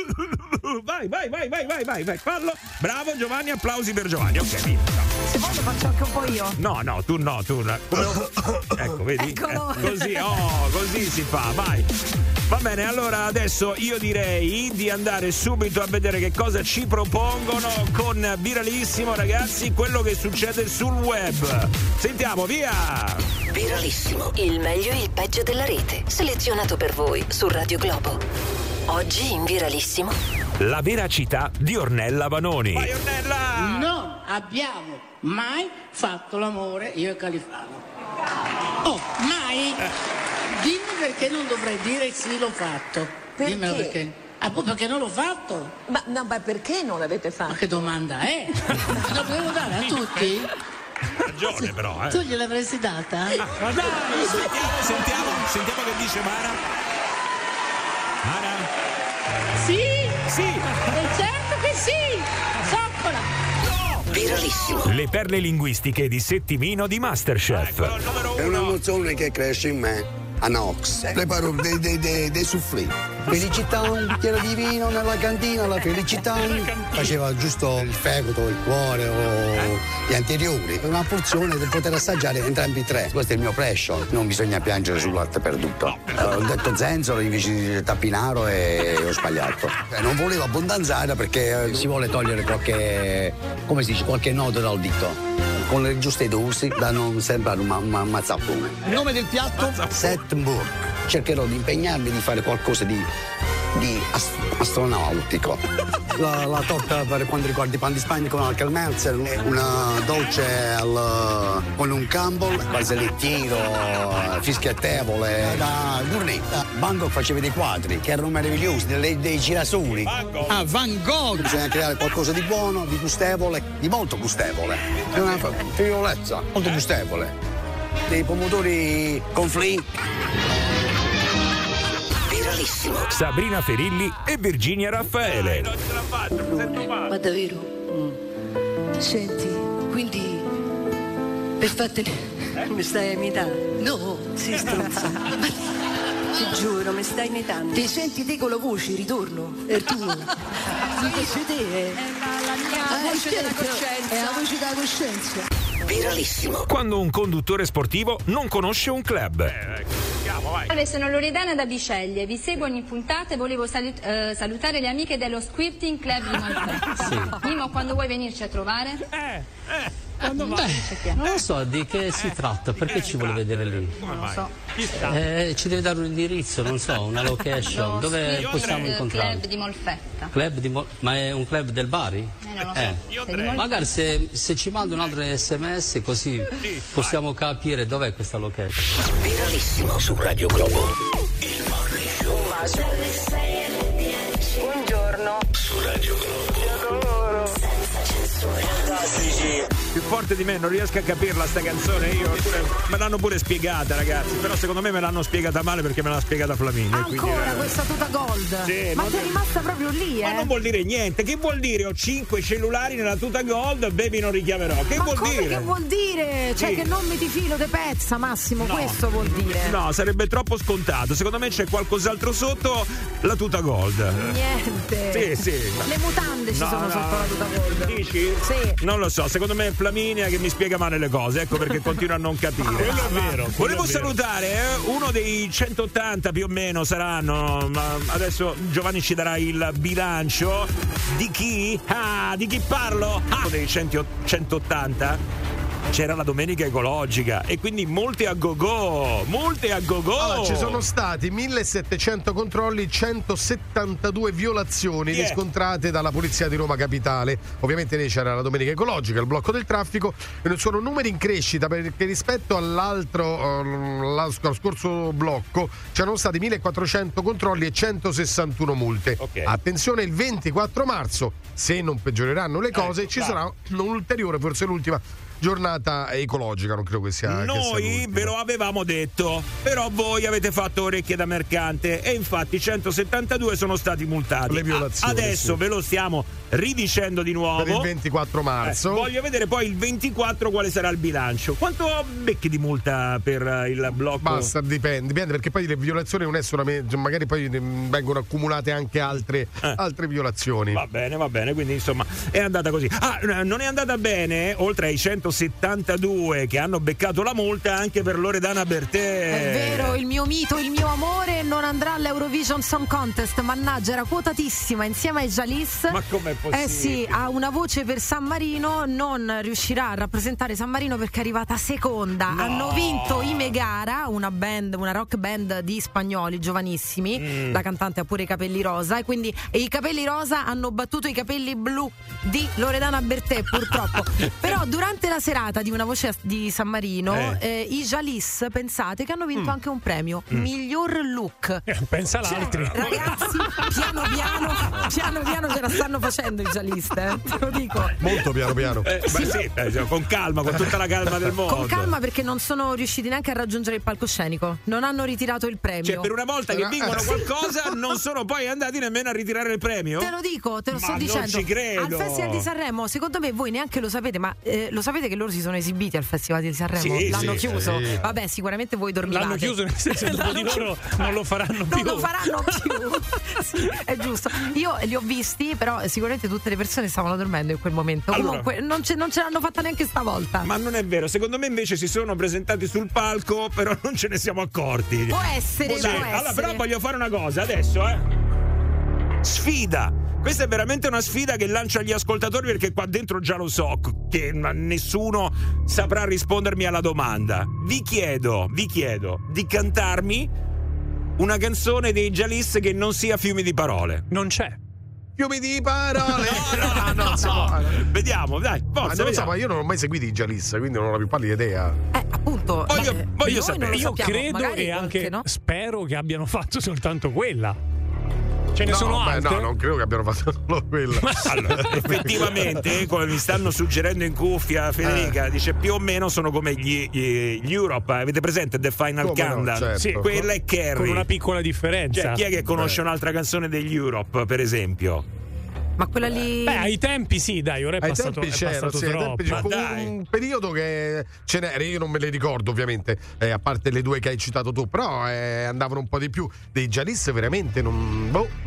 Vai, fallo. Bravo Giovanni, applausi per Giovanni. Ok, via. Se vuoi lo faccio anche un po' io. No, tu no. Ecco, vedi? Eccolo. Così si fa, vai. Va bene, allora adesso io direi di andare subito a vedere che cosa ci propongono con Viralissimo, ragazzi, quello che succede sul web. Sentiamo, via! Viralissimo, il meglio e il peggio della rete, selezionato per voi su Radio Globo. Oggi in Viralissimo, la veracità di Ornella Vanoni. Vai Ornella! Non abbiamo mai fatto l'amore io e Califano. Oh, mai? Dimmi perché non dovrei dire sì, l'ho fatto. Perché? Dimmelo perché. Perché non l'ho fatto. Ma perché non l'avete fatto? Ma che domanda è? Lo devo dare a tutti? Ragione però, Tu gliel'avresti data? Ma dai, sentiamo che dice Mara. Sì, certo che sì. Zoccola. Viralissimo. Le perle linguistiche di Settimino di Masterchef. È un'emozione che cresce in me. A Nox preparo dei soufflé. Felicità, un bicchiere di vino nella cantina, la felicità faceva giusto il fegato, il cuore o gli anteriori. Una porzione per poter assaggiare entrambi i tre. Questo è il mio passion, non bisogna piangere sul latte perduto. Ho detto zenzero invece di tappinaro e ho sbagliato. Non volevo abbondanzare perché si vuole togliere qualche, come si dice, qualche nodo dal dito. Con le giuste dosi da non sembrare un mazzappone. Il nome del piatto? Settemburg. Cercherò di impegnarmi di fare qualcosa di di astronautico. La torta per quanto riguarda i pan di Spagna con la Kelmelzer, una dolce con un Campbell, basilittino, fischiettevole, da Gournay. Bangkok faceva dei quadri che erano meravigliosi, dei girasoli. Van Gogh! Bisogna creare qualcosa di buono, di gustevole, di molto gustevole. È una friolezza, molto gustevole. Dei pomodori conflì. Sabrina Ferilli e Virginia Raffaele. Non ce l'ha fatta, mi sento male. Ma davvero? Senti, quindi per fartene mi stai imitando? No, si stronza. Ti giuro, mi stai imitando. Ti senti te con la voce, ritorno, è il tuo. Invece te è la mia voce della coscienza. È la voce della coscienza. Viralissimo. Quando un conduttore sportivo non conosce un club. Salve, sono Loredana da Bisceglie, vi seguo ogni puntata e volevo salutare le amiche dello Squirting Club di Monza. Sì. Mimo, quando vuoi venirci a trovare? Non lo so di che si tratta, perché ci vuole vedere lì? Non lo so. Ci deve dare un indirizzo, non so, una location, dove possiamo incontrarlo? Club di Molfetta. Ma è un club del Bari? Non lo so. Magari se ci manda un altro SMS così possiamo capire dov'è questa location. Viralissimo su Radio Globo. Il Morning Show. Buongiorno. Su Radio Globo. Senza censura. Più forte di me, non riesco a capirla sta canzone. Me l'hanno pure spiegata, ragazzi. Però secondo me me l'hanno spiegata male perché me l'ha spiegata Flaminia. Ancora questa tuta gold. Sì, ma ti è rimasta proprio lì, Ma non vuol dire niente. Che vuol dire? Ho 5 cellulari nella tuta gold, baby non richiamerò. Che vuol dire? Che vuol dire? Cioè che non mi ti filo de pezza, Massimo, No. questo vuol dire. No, sarebbe troppo scontato. Secondo me c'è qualcos'altro sotto la tuta gold. Niente. Sì. Le mutande ci sono sotto la tuta gold. Dici? Sì. Non lo so, secondo me è Flaminia che mi spiega male le cose, ecco perché continuo a non capire. Quello è vero. Volevo salutare uno dei 180 più o meno saranno, ma adesso Giovanni ci darà il bilancio di chi? Di chi parlo? Uno dei 180 c'era la domenica ecologica e quindi molte a go-go. Allora, ci sono stati 1700 controlli, 172 violazioni riscontrate dalla Polizia di Roma Capitale. Ovviamente lì c'era la domenica ecologica, il blocco del traffico, e sono numeri in crescita perché rispetto al scorso blocco c'erano stati 1400 controlli e 161 multe. Attenzione, il 24 marzo, se non peggioreranno le cose, ci sarà un ulteriore, forse l'ultima giornata ecologica, non credo che sia. Noi ve lo avevamo detto, però voi avete fatto orecchie da mercante e infatti 172 sono stati multati. Le violazioni, adesso ve lo stiamo ridicendo di nuovo. Per il 24 marzo. Voglio vedere poi il 24 quale sarà il bilancio. Quanto becchi di multa per il blocco? Basta, dipende perché poi le violazioni non è solamente, magari poi vengono accumulate anche altre violazioni. Va bene, quindi insomma è andata così. Non è andata bene, oltre ai 172 che hanno beccato la multa, anche per Loredana Bertè. È vero, il mio mito, il mio amore non andrà all'Eurovision Song Contest, mannaggia, era quotatissima insieme ai Jalis. Ma com'è possibile? Sì, ha una voce per San Marino, non riuscirà a rappresentare San Marino perché è arrivata seconda. No. Hanno vinto i Megara, una rock band di spagnoli giovanissimi. La cantante ha pure i capelli rosa e quindi i capelli rosa hanno battuto i capelli blu di Loredana Bertè, purtroppo. Però durante la serata di una voce di San Marino i Jalis, pensate che hanno vinto anche un premio, miglior look. Pensa l'altri. Ragazzi, piano piano ce la stanno facendo i Jalis, te lo dico. Molto piano. Con calma, con tutta la calma del mondo. Con calma, perché non sono riusciti neanche a raggiungere il palcoscenico. Non hanno ritirato il premio. Cioè, per una volta che vincono qualcosa, non sono poi andati nemmeno a ritirare il premio? Te lo dico, te lo sto dicendo. Non ci credo. Al Festival di Sanremo, secondo me voi neanche lo sapete, ma lo sapete che loro si sono esibiti al Festival di Sanremo? L'hanno chiuso. Sì. Vabbè, sicuramente voi dormivate. L'hanno chiuso, nel senso che dopo di loro non lo faranno più. Non lo faranno più. Sì, è giusto. Io li ho visti, però sicuramente tutte le persone stavano dormendo in quel momento. Allora, comunque non ce l'hanno fatta neanche stavolta. Ma non è vero, secondo me invece si sono presentati sul palco, però non ce ne siamo accorti. Può essere. Allora, però voglio fare una cosa adesso, Sfida. Questa è veramente una sfida che lancio agli ascoltatori, perché qua dentro già lo so che nessuno saprà rispondermi alla domanda. Vi chiedo di cantarmi una canzone dei Jalis che non sia fiumi di parole. Non c'è. Fiumi di parole. No. Vediamo, dai, forza, ma io non ho mai seguito i Jalis, quindi non ho la più pallida idea. Appunto. Voglio sapere. Io credo e anche spero che abbiano fatto soltanto quella. Ce ne sono altre? No, non credo che abbiano fatto solo quella. Allora, effettivamente, come mi stanno suggerendo in cuffia Federica, dice più o meno sono come gli Europe. Avete presente The Final Countdown? No, certo. Sì, quella è Carrie. Con una piccola differenza. Cioè, chi è che conosce un'altra canzone degli Europe, per esempio? Ma quella lì. Ai tempi sì, dai, ora è passato troppo. Ai tempi un periodo che ce n'era, io non me le ricordo ovviamente, a parte le due che hai citato tu, però andavano un po' di più. Dei Jalis veramente non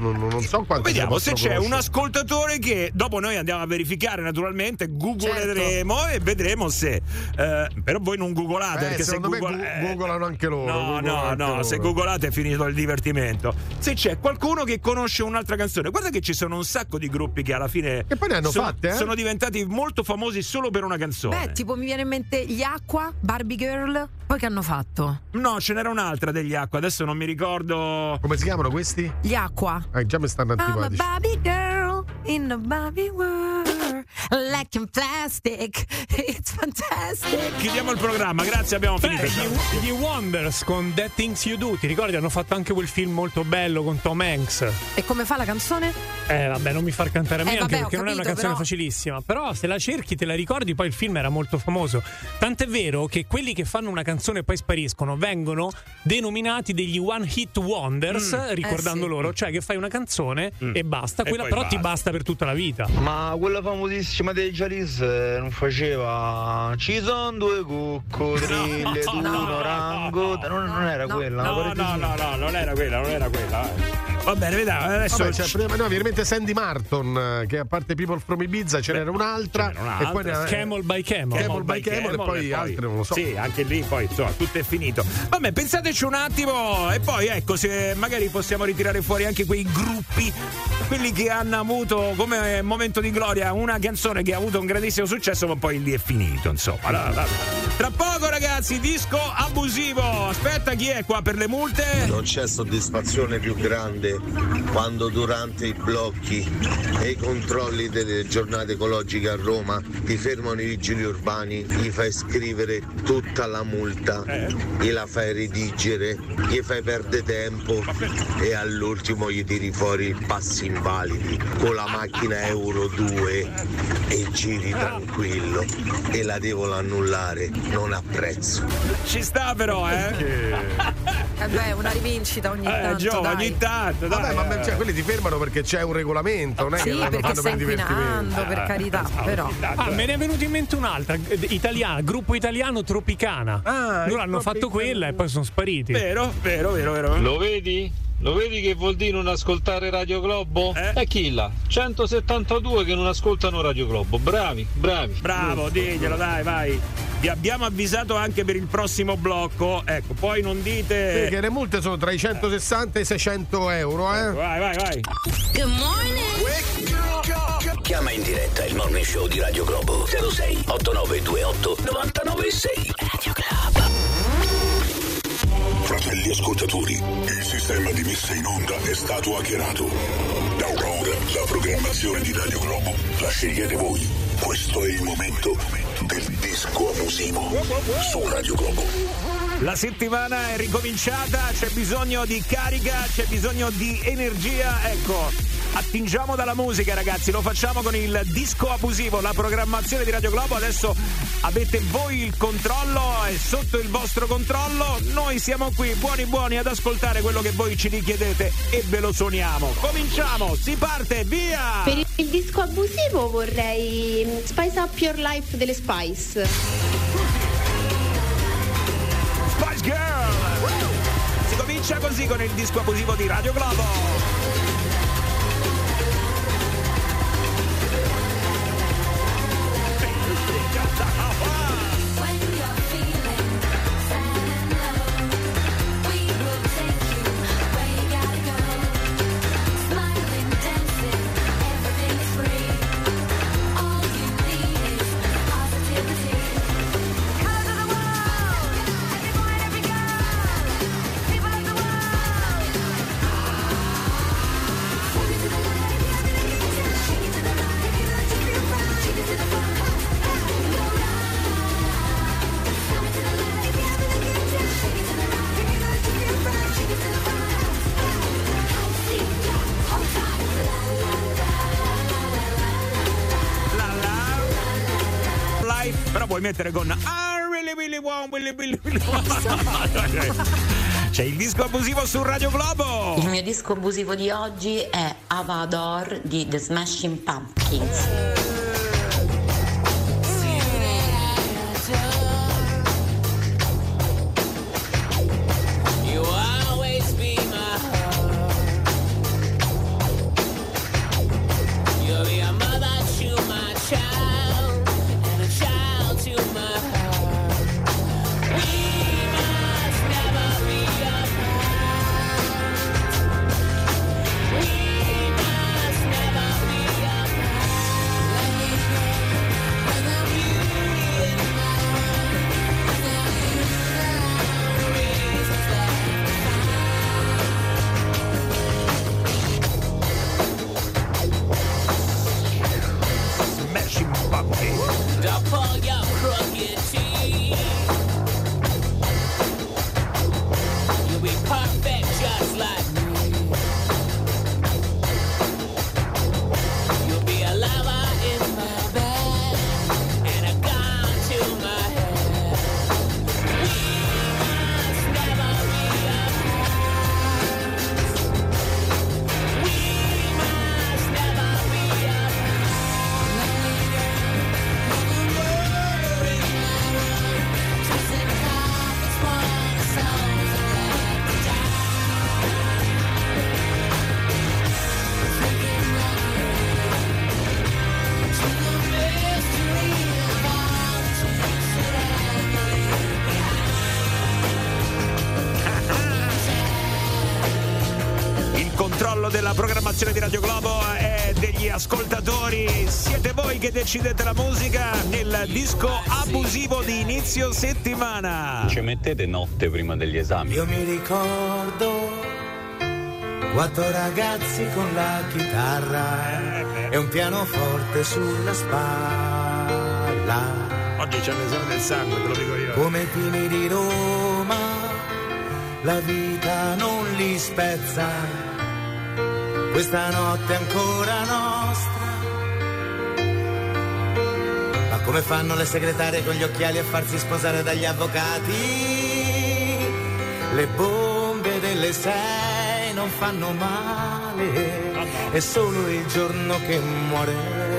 so quanto. Vediamo se c'è un ascoltatore che dopo noi andiamo a verificare, naturalmente, googleremo e vedremo se. Però voi non googolate, perché se googolano anche loro. No, se googolate è finito il divertimento. Se c'è qualcuno che conosce un'altra canzone, guarda che ci sono un sacco di gruppi che alla fine e poi ne hanno fatte, sono diventati molto famosi solo per una canzone. Tipo mi viene in mente gli Aqua, Barbie Girl. Poi che hanno fatto? No, ce n'era un'altra degli Aqua, adesso non mi ricordo. Come si chiamano questi? Gli Aqua. Già mi stanno antipatici. I'm a Barbie girl in a Barbie world, like in plastic, it's fantastic. Chiudiamo il programma, grazie, abbiamo finito. Gli Wonders con That Things You Do, ti ricordi? Hanno fatto anche quel film molto bello con Tom Hanks. E come fa la canzone? Vabbè, non mi far cantare a me, anche perché non è una canzone però facilissima. Però se la cerchi, te la ricordi, poi il film era molto famoso. Tant'è vero che quelli che fanno una canzone e poi spariscono vengono denominati degli One Hit Wonders, ricordando loro, cioè che fai una canzone e basta, quella però ti basta per tutta la vita. Ma quella famosissima dei Jalis non faceva ci sono due coccodrilli ed uno rango, non era quella? No, non era quella. Va bene, vediamo. Adesso mi viene in mente Sandy Martin, che a parte People from Ibiza ce n'era un'altra. E poi Camel by Camel. Camel by Camel e poi altre non lo so. Sì, anche lì poi insomma tutto è finito. Vabbè, pensateci un attimo e poi ecco, se magari possiamo ritirare fuori anche quei gruppi, quelli che hanno avuto come momento di gloria una canzone che ha avuto un grandissimo successo, ma poi lì è finito, insomma. Tra poco, ragazzi, disco abusivo. Aspetta, chi è qua per le multe? Non c'è soddisfazione più grande quando durante i blocchi e i controlli delle giornate ecologiche a Roma ti fermano i vigili urbani, gli fai scrivere tutta la multa, gliela fai redigere, gli fai perdere tempo e all'ultimo gli tiri fuori il passi invalidi con la macchina Euro 2 e giri tranquillo e la devono annullare, non a prezzo. Ci sta però, una rivincita ogni tanto. Gio, ogni tanto, dai. Vabbè, ma quelli ti fermano perché c'è un regolamento, non è che lo fanno per divertimento. Per carità, però. Me ne è venuto in mente un'altra, italiana, gruppo italiano Tropicana. Loro hanno fatto quella e poi sono spariti. Vero. Lo vedi? Lo vedi che vuol dire non ascoltare Radio Globo? E chi là? 172 che non ascoltano Radio Globo. Bravi. Bravo, diglielo, dai, vai. Vi abbiamo avvisato anche per il prossimo blocco. Ecco, poi non dite. Sì, che le multe sono tra i 160 e i 600 euro, Vai. Good morning. Chiama in diretta il Morning Show di Radio Globo 06 8928 996. Radio Globo. Fratelli ascoltatori, il sistema di messa in onda è stato hackerato. Da ora la programmazione di Radio Globo la scegliete voi. Questo è il momento del disco abusivo su Radio Globo. La settimana è ricominciata, c'è bisogno di carica, c'è bisogno di energia, ecco. Attingiamo dalla musica, ragazzi, lo facciamo con il disco abusivo, la programmazione di Radio Globo. Adesso avete voi il controllo, è sotto il vostro controllo. Noi siamo qui buoni ad ascoltare quello che voi ci richiedete e ve lo suoniamo. Cominciamo, si parte, via! Per il disco abusivo vorrei Spice Up Your Life delle Spice. Spice Girl! Si comincia così con il disco abusivo di Radio Globo. Però puoi mettere con C'è il disco abusivo su Radio Globo. Il mio disco abusivo di oggi è Avador di The Smashing Pumpkins. Della programmazione di Radio Globo e degli ascoltatori, siete voi che decidete la musica nel disco abusivo di inizio settimana. Ci mettete notte prima degli esami? Io mi ricordo 4 ragazzi con la chitarra e un pianoforte sulla spalla. Oggi c'è l'esame del sangue, te lo dico io. Come i pini di Roma, la vita non li spezza. Questa notte è ancora nostra. Ma come fanno le segretarie con gli occhiali a farsi sposare dagli avvocati? Le bombe delle 6 non fanno male, è solo il giorno che muore.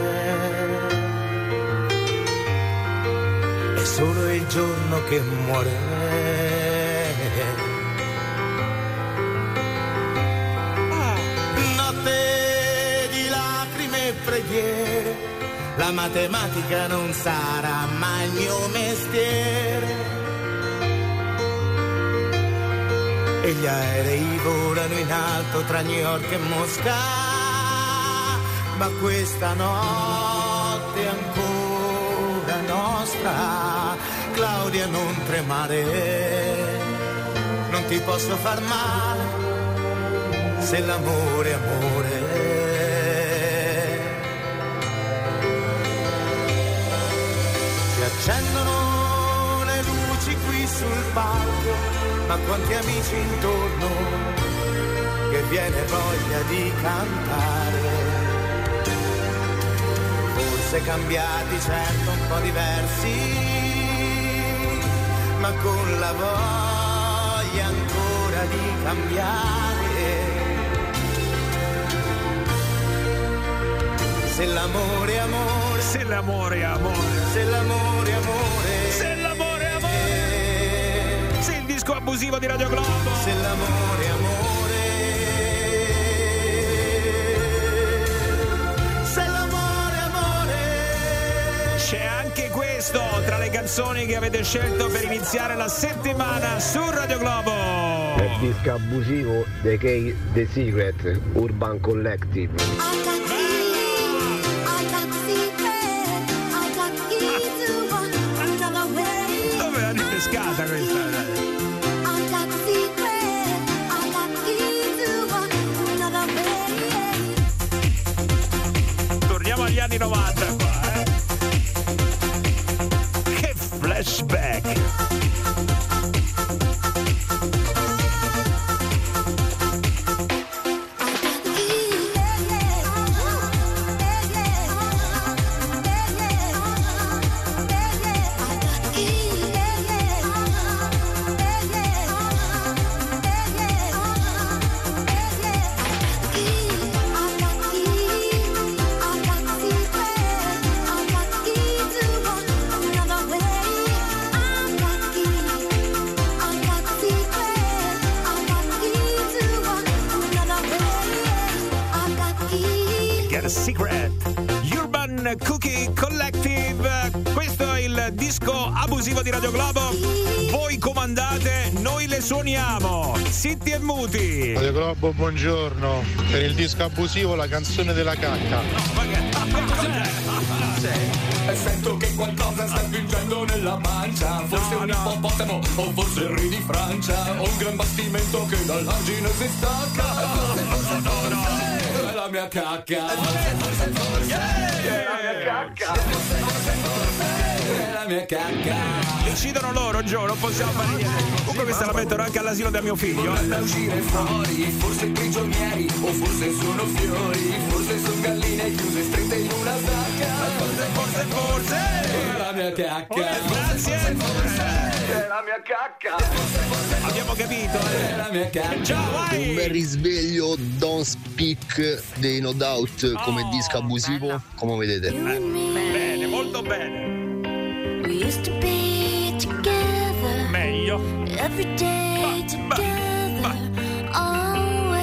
È solo il giorno che muore. Preghiere, la matematica non sarà mai il mio mestiere e gli aerei volano in alto tra New York e Mosca, ma questa notte è ancora nostra. Claudia, non tremare, non ti posso far male se l'amore è amore. Accendono le luci qui sul palco, ma quanti amici intorno che viene voglia di cantare. Forse cambiati, certo un po' diversi, ma con la voglia ancora di cambiare. Se l'amore è amore, se l'amore è amore, se l'amore è amore, se l'amore è amore, se il disco abusivo di Radio Globo, se l'amore è amore, se l'amore è amore. C'è anche questo tra le canzoni che avete scelto per iniziare la settimana su Radio Globo. Il disco abusivo dei The Secret, Urban Collective. Pescata questa. Torniamo agli anni 90 qua, Che flashback. Secret, Urban Cookie Collective. Questo è il disco abusivo di Radio Globo. Voi comandate, noi le suoniamo. Zitti e muti. Radio Globo, buongiorno. Per il disco abusivo la canzone della cacca. E sento che qualcosa sta spingendo nella pancia. Forse un ippopotamo o forse il re di Francia. O un gran bastimento che dall'argine si stacca. È la mia cacca. È la mia cacca. Decidono loro, Gio, non possiamo fare niente. Comunque questa la mettono anche all'asilo da mio figlio. Da uscire fuori, forse prigionieri, o forse sono fiori, forse sono galline chiuse strette in una sacca. Forse è la mia cacca. Grazie. È la mia cacca. Abbiamo capito. È la mia cacca. Ciao, vai. Un bel risveglio Don't Speak dei No Doubt come disco abusivo, come vedete. Bene, molto bene. We used to be together. Meglio. Every day together. Always.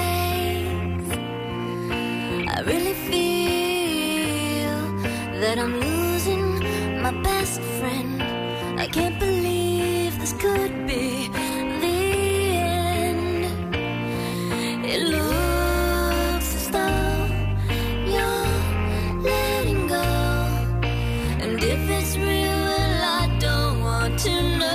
I really feel that I'm losing my best friend. I can't believe this could be the end. It looks as though you're letting go. And if it's real, to know.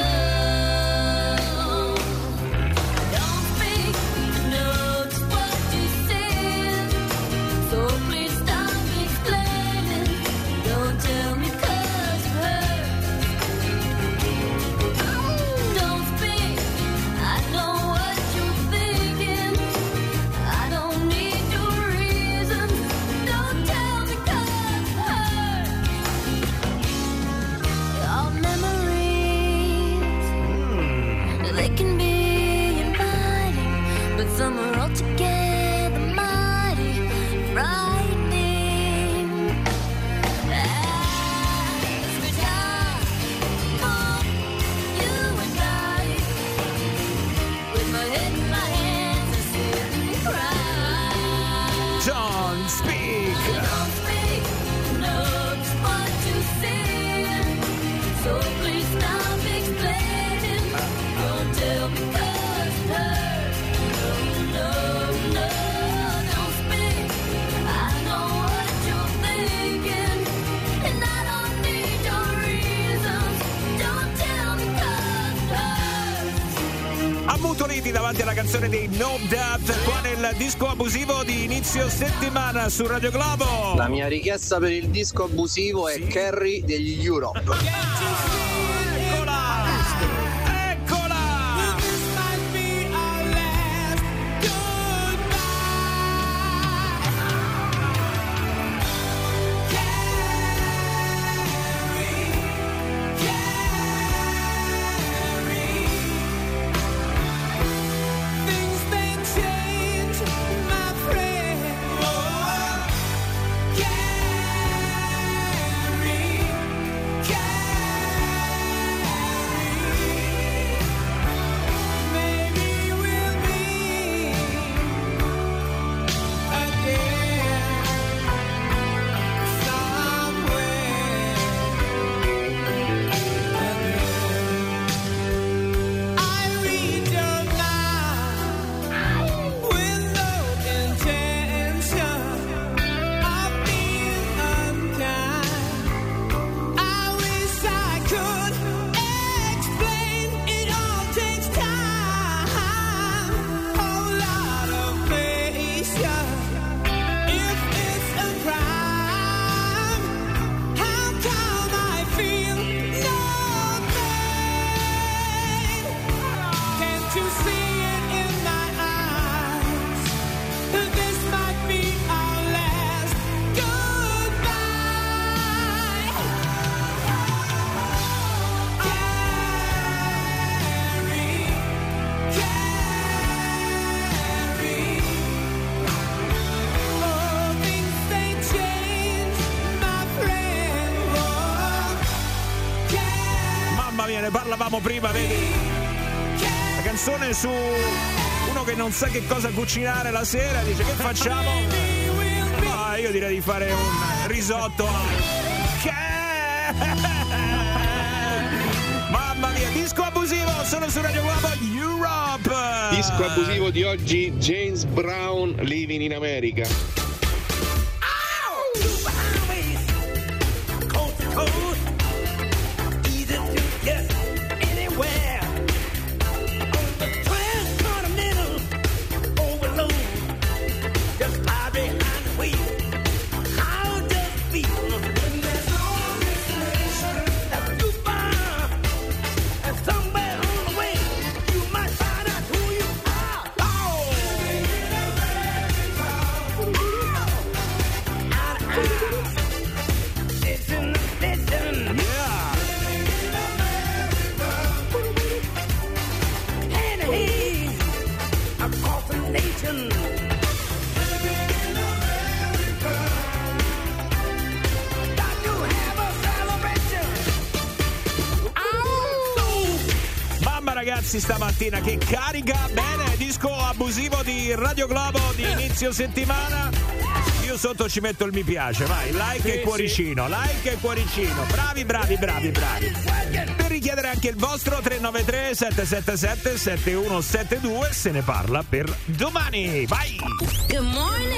Don't speak, know just what you said. So please stop explaining. Don't tell me 'cause it hurts. Don't speak, I know what you're thinking. I don't need your reasons. Don't tell me 'cause it hurts. Your memory, they can be inviting, but some are altogether mighty frightening. As we die for you and I, with my head in my hands, I sit and cry. Don't speak. Don't speak, know just what you said. So please stop explaining. Don't tell me 'cause it hurts. No, don't speak. I know what you're thinking, and I don't need your reasons. Don't tell me 'cause it hurts. Ammutoliti davanti alla canzone dei No Doubt, qua nel disco abusivo di inizio settimana su Radio Globo. La mia richiesta per il disco abusivo è Carrie degli Europe. ne parlavamo prima, vedi? La canzone su uno che non sa che cosa cucinare la sera, dice: che facciamo? io direi di fare un risotto. Mamma mia, disco abusivo solo su Radio Globo Europe. Disco abusivo di oggi, James Brown, Living in America. Ragazzi, stamattina che carica. Bene, disco abusivo di Radio Globo di inizio settimana. Io sotto ci metto il mi piace, vai, like e cuoricino, like e cuoricino. Bravi. Per richiedere anche il vostro 393 777 7172 se ne parla per domani. Vai. Good morning.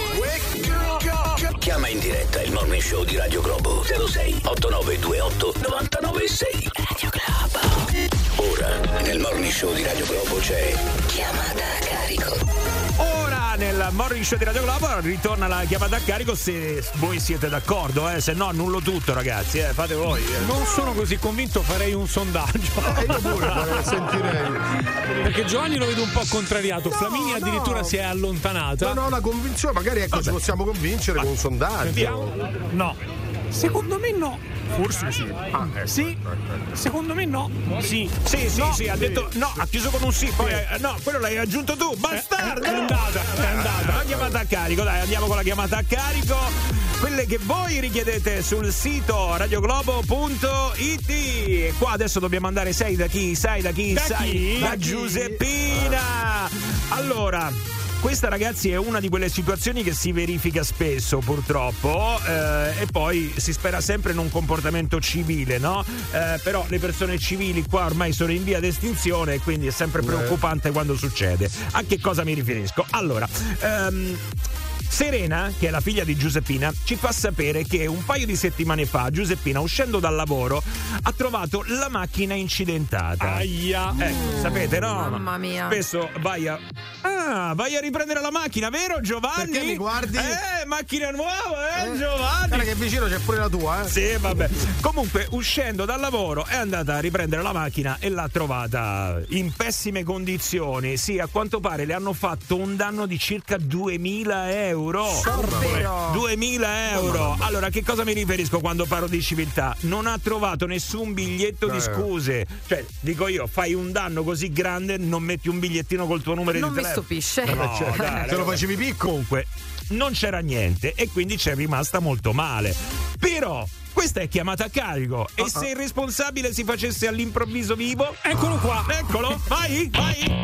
Chiama in diretta il Morning Show di Radio Globo 06 8928 996. Radio Globo. Ora nel Morning Show di Radio Globo c'è chiamata a carico. Ora nel Morning Show di Radio Globo ritorna la chiamata a carico, se voi siete d'accordo, se no annullo tutto, ragazzi, fate voi. Non sono così convinto, farei un sondaggio. Io pure sentirei. Perché Giovanni lo vedo un po' contrariato, Flaminia addirittura si è allontanata. No, la convinzione, magari ci possiamo convincere con un sondaggio. Sentiamo. No. Secondo me no. Forse sì. Sì. Secondo me no. Sì. Sì, ha detto no, ha chiuso con un sì, poi no, quello l'hai aggiunto tu, bastardo. È andata. La chiamata a carico, dai, andiamo con la chiamata a carico. Quelle che voi richiedete sul sito radioglobo.it. E qua adesso dobbiamo andare, sai da chi? Da Giuseppina. Allora, questa, ragazzi, è una di quelle situazioni che si verifica spesso, purtroppo, e poi si spera sempre in un comportamento civile, no? Però le persone civili qua ormai sono in via d'estinzione e quindi è sempre preoccupante quando succede. A che cosa mi riferisco? Allora, Serena, che è la figlia di Giuseppina, ci fa sapere che un paio di settimane fa Giuseppina, uscendo dal lavoro, ha trovato la macchina incidentata. Aia! Sapete, no? Mamma mia. Spesso vai a riprendere la macchina, vero Giovanni? Perché mi guardi? Macchina nuova, Giovanni? Guarda che vicino c'è pure la tua, Sì, vabbè. Comunque, uscendo dal lavoro, è andata a riprendere la macchina e l'ha trovata in pessime condizioni. Sì, a quanto pare le hanno fatto un danno di circa 2.000 euro. 2.000 euro. Allora, che cosa mi riferisco quando parlo di civiltà? Non ha trovato nessun biglietto di scuse. Cioè, dico io, fai un danno così grande, non metti un bigliettino col tuo numero di telefono. Non mi stupisce. No, dai, te lo facevi piccolo. Comunque, non c'era niente e quindi c'è rimasta molto male. Però questa è chiamata a carico. E se il responsabile si facesse all'improvviso vivo? Eccolo qua. Eccolo. Vai.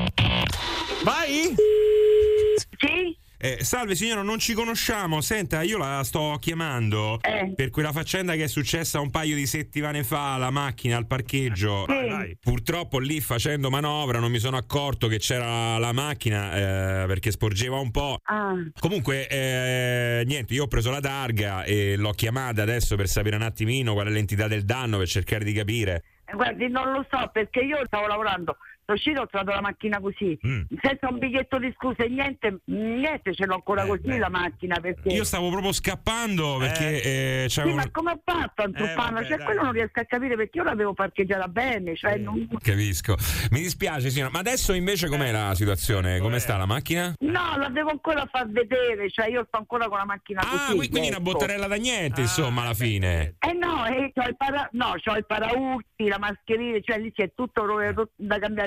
Sì? Salve signora, non ci conosciamo. Senta, io la sto chiamando per quella faccenda che è successa un paio di settimane fa, la macchina al parcheggio. Purtroppo lì, facendo manovra, non mi sono accorto che c'era la macchina perché sporgeva un po'. Comunque niente, io ho preso la targa e l'ho chiamata adesso per sapere un attimino qual è l'entità del danno, per cercare di capire. Guardi, non lo so, perché io stavo lavorando. Sono uscito, ho trovato la macchina così, senza un biglietto di scuse, niente, ce l'ho ancora così la macchina, perché io stavo proprio scappando perché sì, ma come ho fatto a truffarlo? Quello non riesco a capire, perché io l'avevo parcheggiata bene, non... Capisco, mi dispiace signora, ma adesso invece com'è la situazione? Come sta la macchina? No, la devo ancora far vedere, io sto ancora con la macchina così. Quindi una bottarella da niente, insomma, alla fine. C'ho il paraurti, la mascherina, lì c'è tutto da cambiare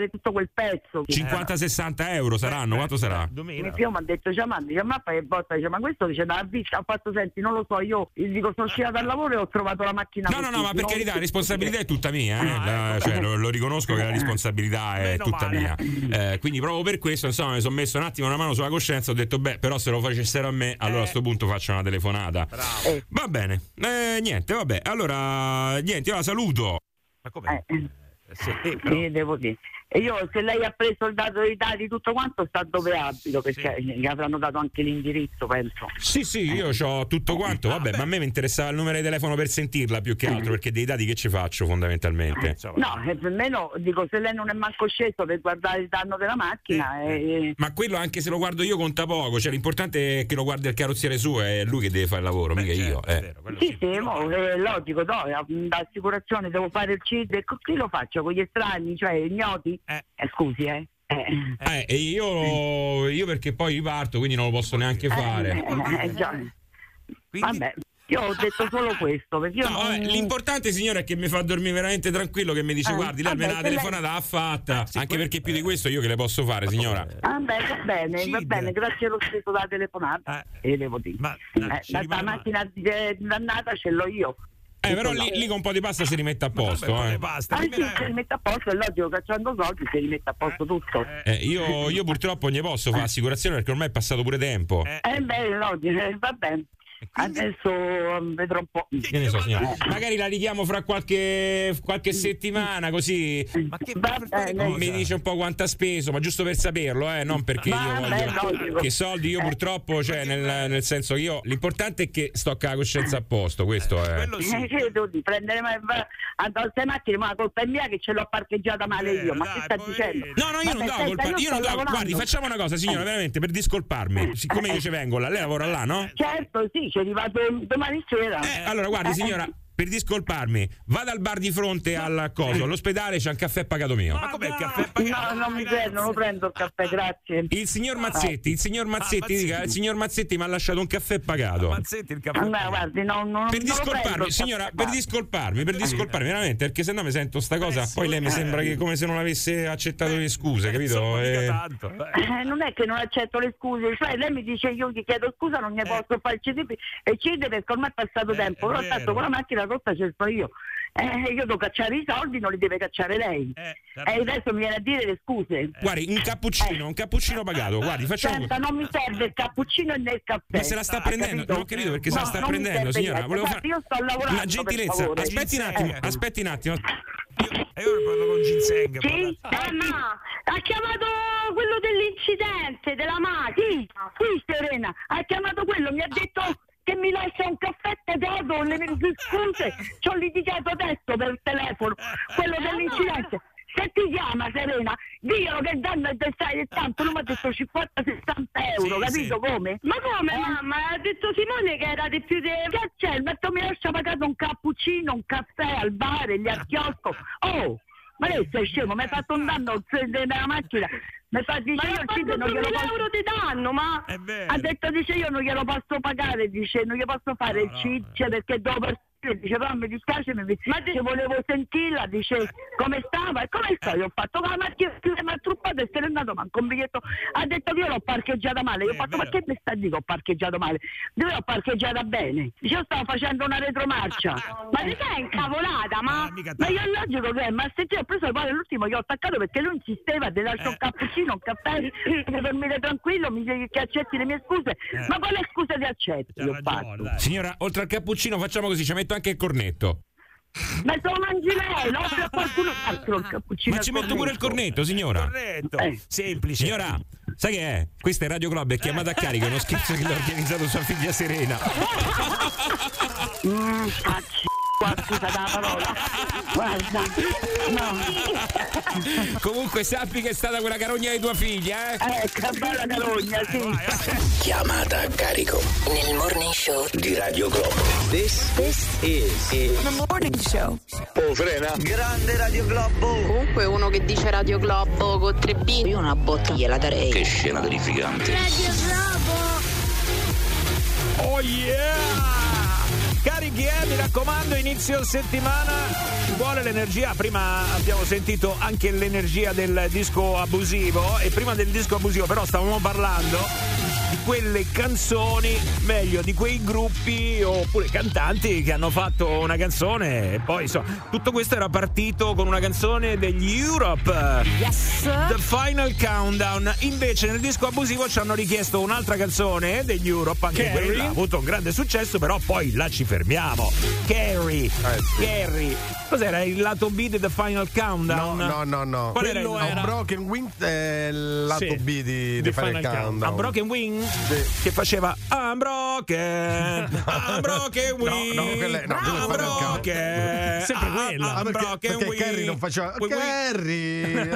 tutto quel pezzo. 50-60 euro saranno, quanto sarà? Mio figlio mi ha detto Giamà, dice mappa che botta, dice ma questo dice dalla vista, ho fatto senti, non lo so, io gli dico sono uscita dal lavoro e ho trovato la macchina. No, ma per carità, la responsabilità è tutta mia, cioè, lo riconosco che la responsabilità è tutta mia. Quindi proprio per questo, insomma, mi sono messo un attimo una mano sulla coscienza, ho detto beh, però se lo facessero a me, allora a sto punto faccio una telefonata. Va bene, niente, vabbè, allora niente, io la saluto. Ma come? Sì, devo dire. E io, se lei ha preso il dato dei dati tutto quanto, sta dove abito, perché gli avranno dato anche l'indirizzo, penso. Sì, io c'ho tutto quanto, vabbè, ma a me mi interessava il numero di telefono per sentirla più che altro, perché dei dati che ci faccio fondamentalmente. No, per me no, dico, se lei non è manco sceso per guardare il danno della macchina. Ma quello anche se lo guardo io conta poco, cioè l'importante è che lo guardi il carrozziere suo, è lui che deve fare il lavoro, mica io. Sì, è logico, no, d'assicurazione devo fare il CID, qui lo faccio con gli estranei, cioè ignoti. Scusi, e io perché poi riparto, quindi non lo posso neanche fare. Vabbè, io ho detto solo questo, perché io l'importante, signore, è che mi fa dormire veramente tranquillo, che mi dice guardi, lei almeno la telefonata l'ha fatta, anche perché più di questo io che le posso fare, signora? Va bene, grazie lo stesso della telefonata, e devo dire, la macchina dannata ce l'ho io. Però lì con un po' di pasta si rimette a posto. Sì, si rimette a posto, è logico, cacciando soldi si rimette a posto tutto. Io purtroppo non ne posso fare assicurazione perché ormai è passato pure tempo. Logico, va bene. Adesso vedrò un po'. Che ne so, signora. Magari la richiamo fra qualche settimana, così mi dice un po' quanto ha speso, ma giusto per saperlo, non perché io voglio che soldi, io purtroppo, cioè nel senso che io l'importante è che sto con la coscienza a posto, questo è. Devo di prendere queste macchine, ma la colpa è mia che ce l'ho parcheggiata male io, ma che sta dicendo? No, io non do colpa, io non do, guardi, facciamo una cosa, signora, veramente, per discolparmi, siccome io ci vengo là, lei lavora là, no? Certo, sì, ci è arrivato domani sera. Allora guardi, signora, per discolparmi, vada al bar di fronte al coso, all'ospedale, c'è un caffè pagato mio. Ma com'è il caffè pagato? No, non mi prendo, non lo prendo il caffè, grazie. Il signor Mazzetti, dica, il signor Mazzetti mi ha lasciato un caffè pagato. Mazzetti il caffè pagato. Guardi, non per discolparmi, signora, per discolparmi, veramente, perché sennò mi sento sta cosa, poi lei mi sembra che come se non avesse accettato le scuse, capito? Non è che non accetto le scuse, cioè lei mi dice io gli chiedo scusa, non ne posso fare il CDP e CID perché ormai è passato tempo, però tanto con la macchina rotta ce sto io. Io devo cacciare i soldi, non li deve cacciare lei. E adesso mi viene a dire le scuse. Guardi, un cappuccino pagato. Guardi, facciamo. Senta, non mi serve il cappuccino né il caffè. Ma se la sta prendendo? Non ho capito perché se la sta prendendo, signora. Volevo fare io sto lavorando. Una gentilezza. Aspetti un attimo. Io lo parlo con Ginseng. Sì? Ma ha chiamato quello dell'incidente della macchina. Sì, Serena, ha chiamato quello, mi ha detto che mi lascia un caffè pagato, le scuse, ci ho litigato adesso per telefono, quello dell'incidente. Se ti chiama Serena, diglielo che il danno è del tanto, lui mi ha detto 50-60 euro, capito come? Ma come mamma? Ha detto Simone che era di più di... Che c'è? Mi lascia pagato un cappuccino, un caffè al bar, gli al chiosco. Oh, ma lei sei scemo, mi hai fatto un danno nella macchina. Mi fa dice io il CID non glielo posso... euro di danno, ma ha detto dice io non glielo posso pagare, dice non gli posso fare il CID perché dopo dice però mi dispiace, ma dice volevo sentirla, dice come stava e come sta, io ho fatto la macchina mi ha truppato e se n'è andato manco un biglietto, ha detto che io l'ho parcheggiata male, io ho fatto ma che mi sta a dire che ho parcheggiato male, dove l'ho parcheggiata bene, dice io stavo facendo una retromarcia, ma ti sei incavolata, ma io è logico che ma se ho preso poi l'ultimo che ho attaccato perché lui insisteva ti lascio un cappuccino, un caffè per dormire tranquillo, mi dice che accetti le mie scuse, ma quale scusa ti accetti? Io ho fatto. Signora, oltre al cappuccino facciamo così, ci metto anche il cornetto. Ma se lo mangi lei, no? Per qualcun altro il cappuccino. Ma ci metto pure il cornetto, signora. Semplice. Signora, sai che è? Questa è Radio Club, è chiamata a carico, è uno scherzo che l'ha organizzato sua figlia Serena. Scusa la parola, guarda, no. Comunque sappi che è stata quella carogna di tua figlia, che bella carogna, sì. Chiamata a carico nel morning show di Radio Globo. This is the morning show. Oh, frena. Grande Radio Globo. Comunque uno che dice Radio Globo con 3B, io una botta gliela darei. Che scena terrificante. Radio Globo. Oh yeah! Cari chi è, mi raccomando, inizio settimana, ci vuole l'energia. Prima abbiamo sentito anche l'energia del disco abusivo, e prima del disco abusivo però stavamo parlando di quelle canzoni, meglio di quei gruppi oppure cantanti che hanno fatto una canzone e poi insomma tutto questo era partito con una canzone degli Europe, Yes, The Final Countdown. Invece nel disco abusivo ci hanno richiesto un'altra canzone degli Europe, anche Carrie. quella ha avuto un grande successo, però poi là ci fermiamo. Carrie, Carrie. Cos'era il lato B di The Final Countdown? No. Qual era Quello il era Broken Wing, il lato Sì, B di The Final Countdown. A Broken Wing che faceva I'm broken wing. No, quello è Final broken. Sempre quella. Perché Carrie non faceva Carrie.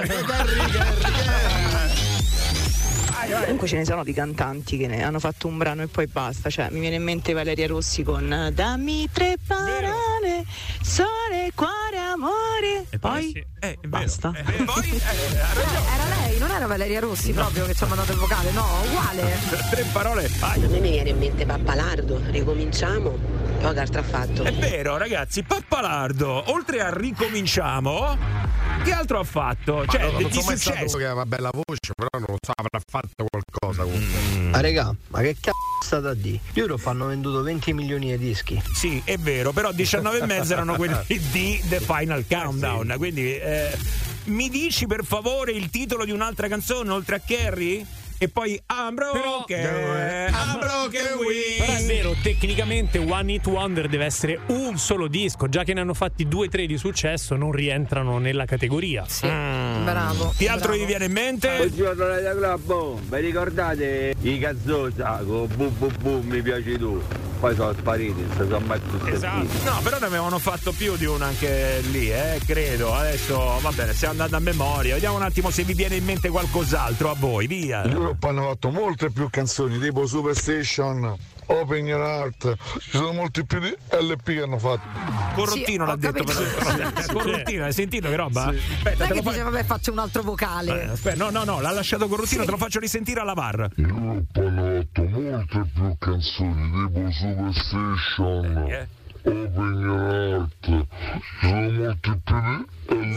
Comunque ce ne sono di cantanti che ne hanno fatto un brano e poi basta, cioè mi viene in mente Valeria Rossi con dammi 3 parole, sole, cuore, amore e poi basta. Era lei, non era Valeria Rossi proprio che ci ha mandato il vocale, no, uguale. 3 parole. A me mi viene in mente Pappalardo, ricominciamo, poi che altro ha fatto? È vero, ragazzi, Pappalardo, oltre a ricominciamo, che altro ha fatto? Cioè, non di so mai stato successo. che aveva bella voce, però non lo so, avrà fatto qualcosa comunque. Ah regà, ma che cazzo è stato a dire? Gli Europe hanno venduto 20 milioni di dischi. Sì, è vero, però 19,5 erano quelli di The Final Countdown, quindi mi dici per favore il titolo di un'altra canzone oltre a Carrie? E poi I'm broken wing. Però è vero, tecnicamente One Hit Wonder deve essere un solo disco, già che ne hanno fatti 2-3 di successo, non rientrano nella categoria. Sì, bravo. Chi altro vi viene in mente? Buongiorno Radio Globo, vi ricordate i Cazzosa con bu mi piaci tu? Poi sono spariti, non si sono mai più sentiti. No, però ne avevano fatto più di una anche lì, credo. Adesso va bene, stiamo andando a memoria. Vediamo un attimo se vi viene in mente qualcos'altro a voi, via. Gli Europe hanno fatto molte più canzoni, tipo Superstation, Open Your Heart, ci sono molti più di LP che hanno fatto. Corrottino l'ha detto però. Corrottino, hai sentito che roba? Sì. Aspetta, non è che dice vabbè faccio un altro vocale. Aspetta, no, l'ha lasciato Corrottino, te lo faccio risentire alla VAR. Gli Europe hanno fatto molte più canzoni, tipo Superstation, Open Your Heart, ci sono molti più di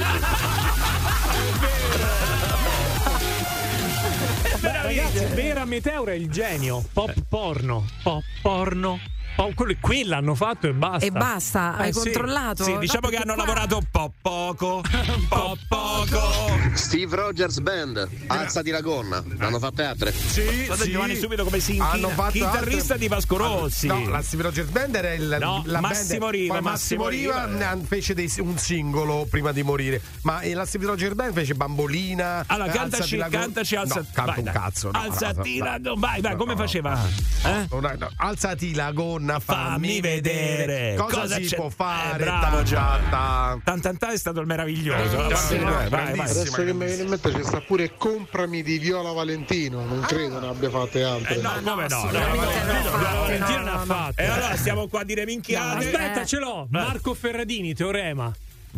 Ragazzi, Vera Meteora è il genio. Pop porno. Quella hanno fatto e basta. E basta, hai controllato? Sì, diciamo che hanno lavorato poco. Steve Rogers Band, alzati la gonna, l'hanno fatte altre. Sì. Giovanni subito come si inchina. Chitarrista di Vasco Rossi. No, la Steve Rogers Band era la Massimo band. Riva. Poi Massimo Riva fece un singolo prima di morire. Ma la Steve Rogers Band fece Bambolina. Allora, cantaci, alza. No, canto un cazzo. No, alzati la gonna. Vai, come faceva? Alzati la gonna. Fammi vedere cosa si può fare. Bravo Giatta. Tantantà è stato il meraviglioso. Vai. Adesso che mi viene in mente c'è sta pure Comprami di Viola Valentino. Non credo ne abbia fatte altre. No, come no? Valentina ne ha fatte. E allora stiamo qua a dire minchiate. Aspetta, ce l'ho. Marco Ferradini, Teorema.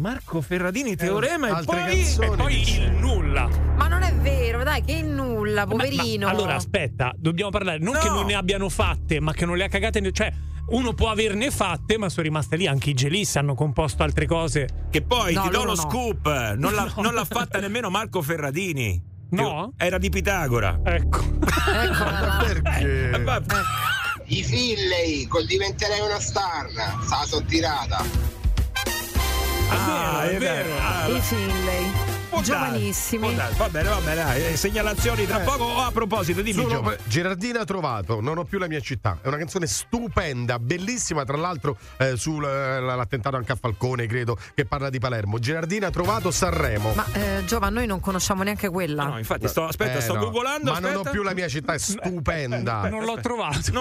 E poi il nulla. Ma non è vero, dai, che il nulla, poverino. Ma allora aspetta, dobbiamo parlare non che non ne abbiano fatte, ma che non le ha cagate, cioè uno può averne fatte, ma sono rimaste lì. Anche i Gelis hanno composto altre cose. Che poi ti do lo scoop, non l'ha fatta nemmeno Marco Ferradini. No? Era di Pitagora. Ecco. Perché? I Finlay col diventerei una star, sa sono tirata. È vero. I Finlay. Giovanissimi. Va bene, dai. Segnalazioni tra poco. A proposito, dimmi Giovanni. Gerardina ha trovato Non ho più la mia città. È una canzone stupenda, bellissima, tra l'altro sull'attentato anche a Falcone, credo, che parla di Palermo. Gerardina ha trovato Sanremo. Ma Giovanni, noi non conosciamo neanche quella. No, infatti sto googolando. Ma Non ho più la mia città, è stupenda. Non l'ho trovato.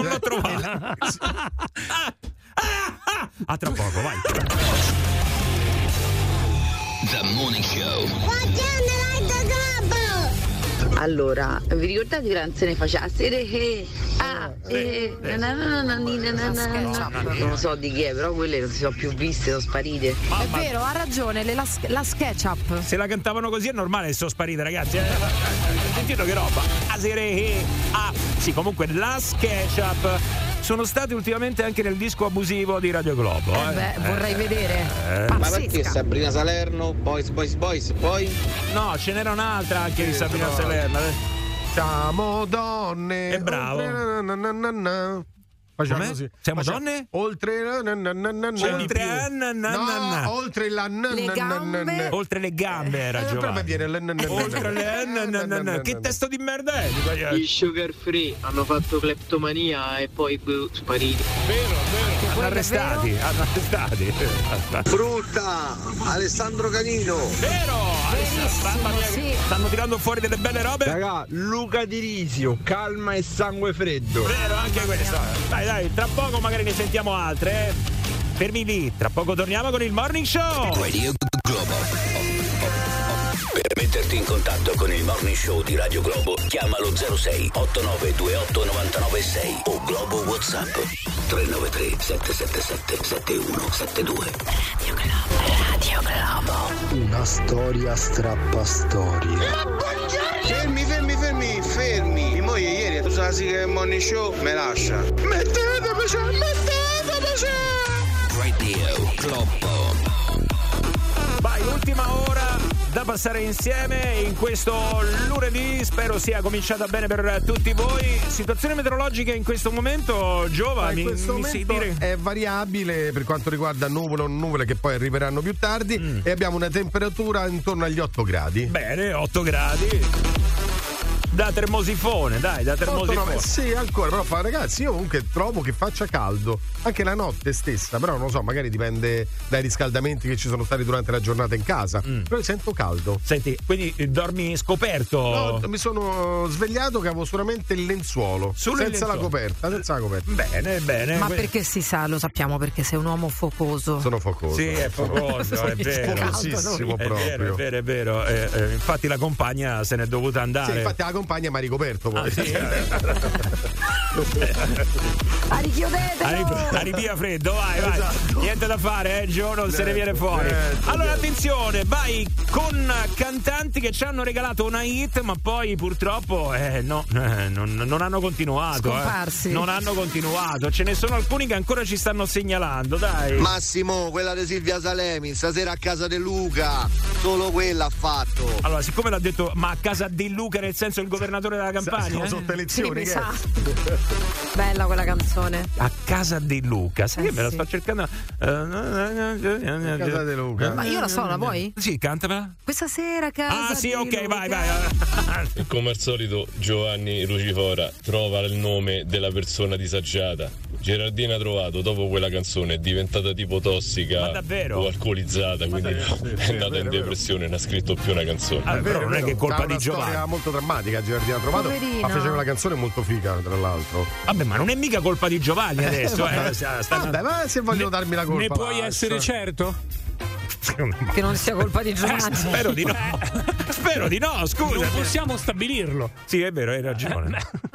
A tra poco, vai. The Morning Show. Allora, vi ricordate che la canzone faceva non so di chi è, però quelle non si sono più viste, sono sparite. È vero, ha ragione, la SketchUp. Se la cantavano così è normale che sono sparite, ragazzi. Sentito che roba. Sì, comunque la SketchUp sono stati ultimamente anche nel disco abusivo di Radio Globo. Vorrei vedere. Ma perché Sabrina Salerno, Boys, poi? No, ce n'era un'altra anche di Sabrina Salerno. Siamo donne. È bravo. Facciamo così. Siamo donne? Oltre la oltre le gambe era Giovanni. Che testo di merda è? Gli Sugar Free hanno fatto cleptomania e poi spariti. Vero. Hanno arrestati. Brutta! Alessandro Canino! Vero! Mamma mia, sì. Stanno tirando fuori delle belle robe. Raga, Luca Di Risio, calma e sangue freddo. Vero, anche questo. Dai, tra poco magari ne sentiamo altre. Fermi lì, tra poco torniamo con il Morning Show. Radio Globo. Per metterti in contatto con il Morning Show di Radio Globo, chiamalo 06 8928 996 o Globo WhatsApp 393 777 7172. Radio Globo. Una storia strappa storie. Fermi! Mi moglie ieri, tu sai la sigla del Morning Show, me lascia. Mettetemi! Radio Globo. Vai, ultima ora da passare insieme in questo lunedì, spero sia cominciata bene per tutti voi. Situazione meteorologica in questo momento, Giovanni, in questo momento è variabile per quanto riguarda nuvole o nuvole che poi arriveranno più tardi e abbiamo una temperatura intorno agli 8 gradi. Bene, 8 gradi. Da termosifone, da termosifone. Sì, ancora, però ragazzi, io comunque trovo che faccia caldo anche la notte stessa, però non lo so, magari dipende dai riscaldamenti che ci sono stati durante la giornata in casa. Però io sento caldo. Senti, quindi dormi scoperto? No, mi sono svegliato che avevo solamente il lenzuolo, senza la coperta. Bene. Ma perché si sa, lo sappiamo, perché sei un uomo focoso. Sono focoso. Sì, è focoso, è vero. Focosissimo proprio. È vero. Infatti la compagna se n'è dovuta andare. Sì, infatti la compagna mi ha ricoperto poi. Sì. Richiudetelo! Arrivia freddo, vai. Esatto. Niente da fare, Gio, non se ne viene fuori. Allora, attenzione, vai con cantanti che ci hanno regalato una hit, ma poi purtroppo non hanno continuato. Scomparsi. Non hanno continuato. Ce ne sono alcuni che ancora ci stanno segnalando, dai. Massimo, quella di Silvia Salemi, stasera a casa di Luca, solo quella ha fatto. Allora, siccome l'ha detto, ma a casa di Luca nel senso il governatore della Campania? Siamo sotto elezioni, sì, bella quella canzone. A casa di Luca, sai che me la sto cercando. A casa di Luca. Ma io la so, la vuoi? Sì, cantamela. Questa sera a casa. Ah, sì, ok, Luca. vai. E come al solito Giovanni Lucifora trova il nome della persona disagiata. Gerardina ha trovato, dopo quella canzone, è diventata tipo tossica o alcolizzata, quindi è andata in depressione, non ha scritto più una canzone. Però non è che è colpa di Giovanni. È una storia molto drammatica, Gerardina ha trovato, Poverina. ma faceva una canzone molto figa, tra l'altro. Vabbè, ma non è mica colpa di Giovanni adesso. Vabbè, ma se vogliono darmi la colpa. Ne puoi essere certo? Che non sia colpa di Giovanni. Spero di no. Spero di no, scusa. Non possiamo stabilirlo. Sì, è vero, hai ragione.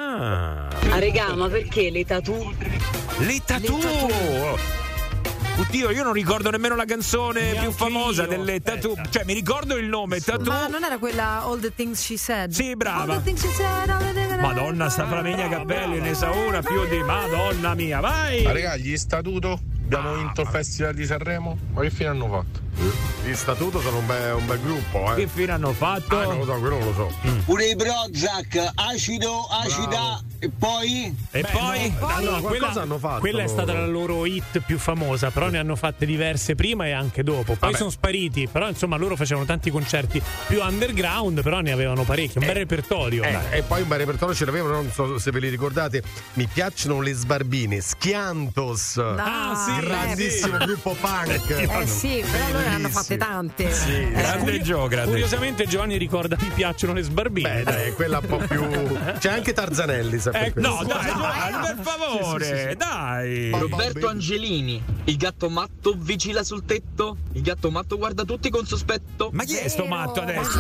Regà, ma perché le tattoo? Le tattoo! Oddio, io non ricordo nemmeno la canzone più famosa delle tattoo. Cioè, mi ricordo il nome, tattoo. Ma non era quella All the Things She Said? Sì, brava. All the Things She Said, all the things... Madonna, sta Flamiglia Cappelli, ne sa una più di Madonna mia, vai! Ma raga, gli Statuto abbiamo vinto il Festival di Sanremo, ma che fine hanno fatto? Gli Statuto sono un bel gruppo, Che fine hanno fatto? Non lo so, quello non lo so. Pure i Prozac, acido, acida, e poi? Allora, qualcosa hanno fatto. Quella è stata la loro hit più famosa, però ne hanno fatte diverse prima e anche dopo. Poi sono spariti, però insomma loro facevano tanti concerti più underground, però ne avevano parecchi, un bel repertorio. E poi un bel repertorio ce l'avevano, non so se ve li ricordate. Mi piacciono le Sbarbine, Schiantos. Grandissimo gruppo punk. Sì, però loro ne hanno fatte tante. Sì, grande gioco. Curiosamente Giovanni ricorda Mi piacciono le Sbarbine. Beh, dai, quella un po' più. C'è anche Tarzanelli, no, dai, per favore, dai. Roberto Angelini, il gatto matto vigila sul tetto, il gatto matto guarda tutti con sospetto. Ma chi è sto matto adesso?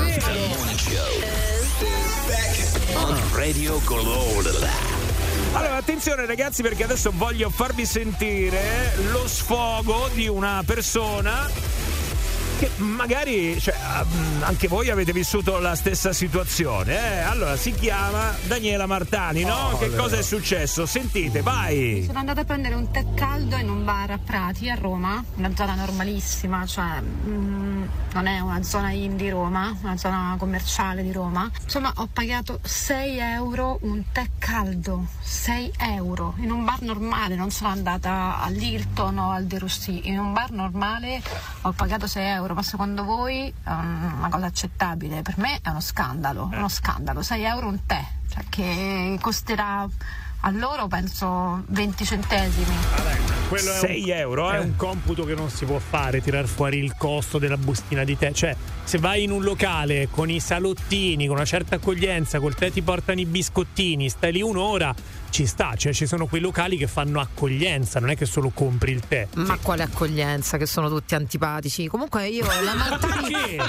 On Radio Globo. Allora, attenzione ragazzi, perché adesso voglio farvi sentire lo sfogo di una persona che magari anche voi avete vissuto la stessa situazione. Allora, si chiama Daniela Martani, no? Che cosa è successo? Sentite, vai! Sono andata a prendere un tè caldo in un bar a Prati, a Roma, una zona normalissima, cioè non è una zona in di Roma, una zona commerciale di Roma. Insomma, ho pagato 6 euro un tè caldo, 6 euro, in un bar normale, non sono andata all'Hilton o al De Rossi, in un bar normale ho pagato 6 euro, ma secondo voi è una cosa accettabile? Per me è uno scandalo, 6 euro un tè, cioè che costerà a loro penso 20 centesimi. Quello 6 euro è un computo che non si può fare, tirar fuori il costo della bustina di tè. Cioè, se vai in un locale con i salottini, con una certa accoglienza, col tè ti portano i biscottini, stai lì un'ora, ci sta, cioè ci sono quei locali che fanno accoglienza, non è che solo compri il tè. Ma quale accoglienza, che sono tutti antipatici. Comunque io la Martani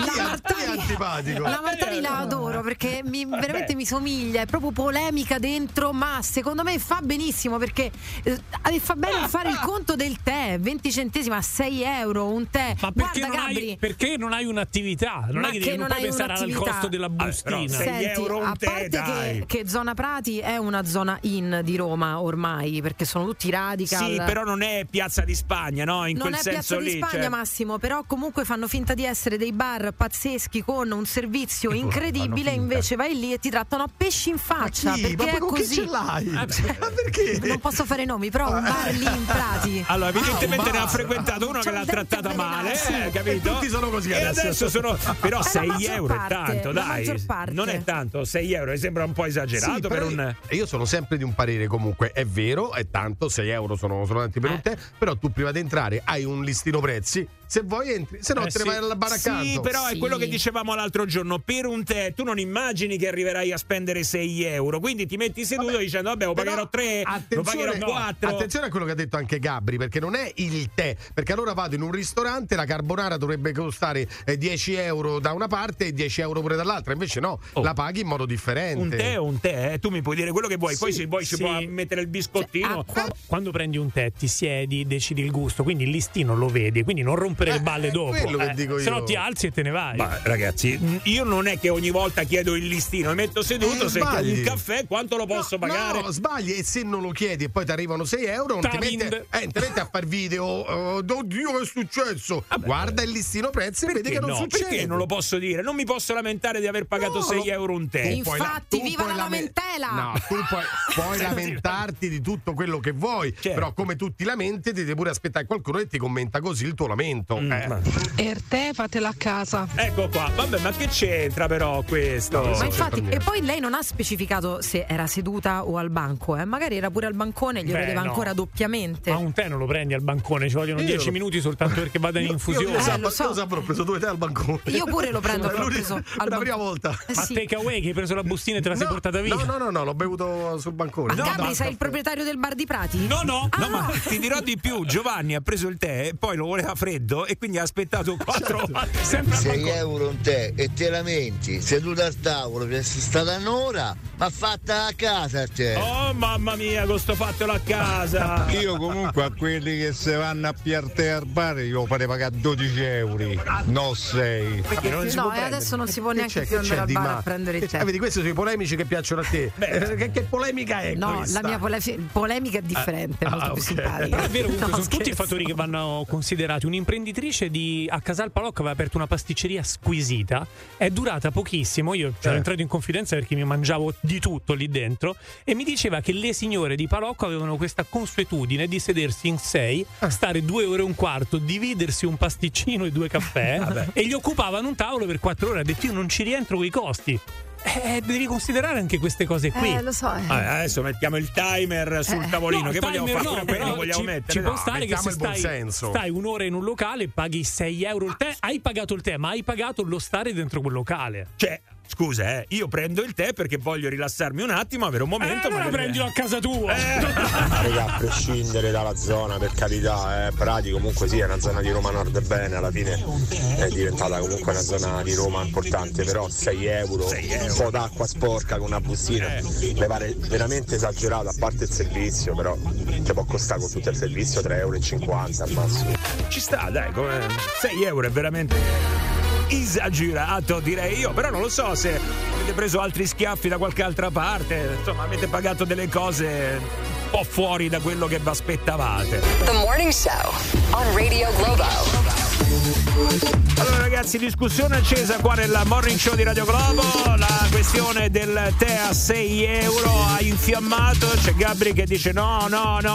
la adoro, perché veramente mi somiglia, è proprio polemica dentro, ma secondo me fa benissimo, perché fa bene fare il conto del tè, 20 centesimi a 6 euro un tè. Ma perché non hai un'attività? Non è che non puoi pensare al costo della bustina. 6 euro un tè, a parte che zona Prati è una zona in di Roma ormai, perché sono tutti radical. Sì, però non è Piazza di Spagna, no? In non quel è senso Piazza lì, di Spagna, Massimo, però comunque fanno finta di essere dei bar pazzeschi con un servizio incredibile, invece vai lì e ti trattano a pesci in faccia. Perché è così. Che ce l'hai? Perché? Non posso fare nomi, però un bar lì in Prati. Allora, evidentemente ne ha frequentato uno che l'ha trattata male, capito? Tutti sono così e adesso sono. Però 6 euro è tanto, dai. Non è tanto, 6 euro mi sembra un po' esagerato per un. Io sono sempre di un parere, comunque è vero, è tanto, 6 euro sono tanti per un tè, però tu prima di entrare hai un listino prezzi, se vuoi entri, se no te ne vai alla barra accanto. Sì, però è quello che dicevamo l'altro giorno, per un tè tu non immagini che arriverai a spendere 6 euro, quindi ti metti seduto dicendo vabbè, lo pagherò 3, lo pagherò 4. Attenzione a quello che ha detto anche Gabri, perché non è il tè, perché allora vado in un ristorante, la carbonara dovrebbe costare 10 euro da una parte e 10 euro pure dall'altra, invece no, la paghi in modo differente. Un tè è un tè, tu mi puoi dire quello che vuoi, poi se vuoi ci puoi mettere il biscottino. Quando prendi un tè ti siedi, decidi il gusto, quindi il listino lo vedi, quindi non rompere le balle dopo. Quello che dico io. Se no ti alzi e te ne vai. Ma ragazzi, io non è che ogni volta chiedo il listino, mi metto seduto, se chiedo un caffè quanto lo posso pagare? No, sbagli, e se non lo chiedi e poi ti arrivano 6 euro, non ti metti a far video. Oddio, che è successo? Guarda il listino prezzi e vedi che non succede. Perché non lo posso dire? Non mi posso lamentare di aver pagato 6 euro un tè. Infatti, viva la lamentela! No, tu puoi lamentarti di tutto quello che vuoi, però come tu ti lamenti devi pure aspettare qualcuno che ti commenta così il tuo lamento. E te fatela a casa. Ecco qua, vabbè, ma che c'entra però questo? Ma infatti, e poi lei non ha specificato se era seduta o al banco, magari era pure al bancone, gli vedeva ancora doppiamente. Ma un tè non lo prendi al bancone, ci vogliono 10 minuti soltanto perché vada in infusione. Io lo sapevo, ho preso 2 tè al bancone. Io pure lo prendo, l'ho preso la prima volta. Ma take away che hai preso la bustina e te la sei portata via? No, l'ho bevuto sul bancone. Ma Gabri, sei il proprietario del bar di Prati? No, ma ti dirò di più, Giovanni ha preso il tè, poi lo voleva freddo e quindi ha aspettato 4 ore. 6 euro un tè e te lamenti, seduta al tavolo, è stata un'ora, ma fatta a casa a te. Oh mamma mia, questo fatelo a casa. Io comunque a quelli che se vanno a piar tè al bar io farei pagare 12 euro, no 6. No, e adesso non si può neanche più andare al bar a prendere il tè. Vedi, questi sono i polemici che piacciono a te. Che polemica è no, questa? La mia polemica è differente, molto più simpatica. Però è vero, comunque sono tutti i fattori che vanno considerati. Un'imprenditrice a Casal Palocco aveva aperto una pasticceria squisita, è durata pochissimo, io ero entrato in confidenza perché mi mangiavo di tutto lì dentro, e mi diceva che le signore di Palocco avevano questa consuetudine di sedersi in 6, stare 2 ore e un quarto, dividersi un pasticcino e 2 caffè e gli occupavano un tavolo per 4 ore. Ha detto io non ci rientro coi costi. Devi considerare anche queste cose qui. Lo so. Adesso mettiamo il timer sul tavolino. Che vogliamo fare? Però vogliamo mettere? Ci può stare che se stai un'ora in un locale, paghi 6 euro il tè. Hai pagato il tè, ma hai pagato lo stare dentro quel locale. Cioè, scusa, io prendo il tè perché voglio rilassarmi un attimo, avere un momento. Ma prendilo a casa tua. Raga, a prescindere dalla zona, per carità, Prati comunque sì, è una zona di Roma Nord bene, alla fine è diventata comunque una zona di Roma importante, però 6 euro, un po' d'acqua sporca con una bustina, mi pare veramente esagerato, a parte il servizio, però ti può costare con tutto il servizio 3,50 euro al massimo. Ci sta, dai, 6 euro è veramente esagerato, direi io, però non lo so se avete preso altri schiaffi da qualche altra parte, insomma avete pagato delle cose un po' fuori da quello che vi aspettavate. The Morning Show on Radio Globo. Allora ragazzi, discussione accesa qua nella Morning Show di Radio Globo. La questione del tè a 6 euro ha infiammato. C'è Gabri che dice no,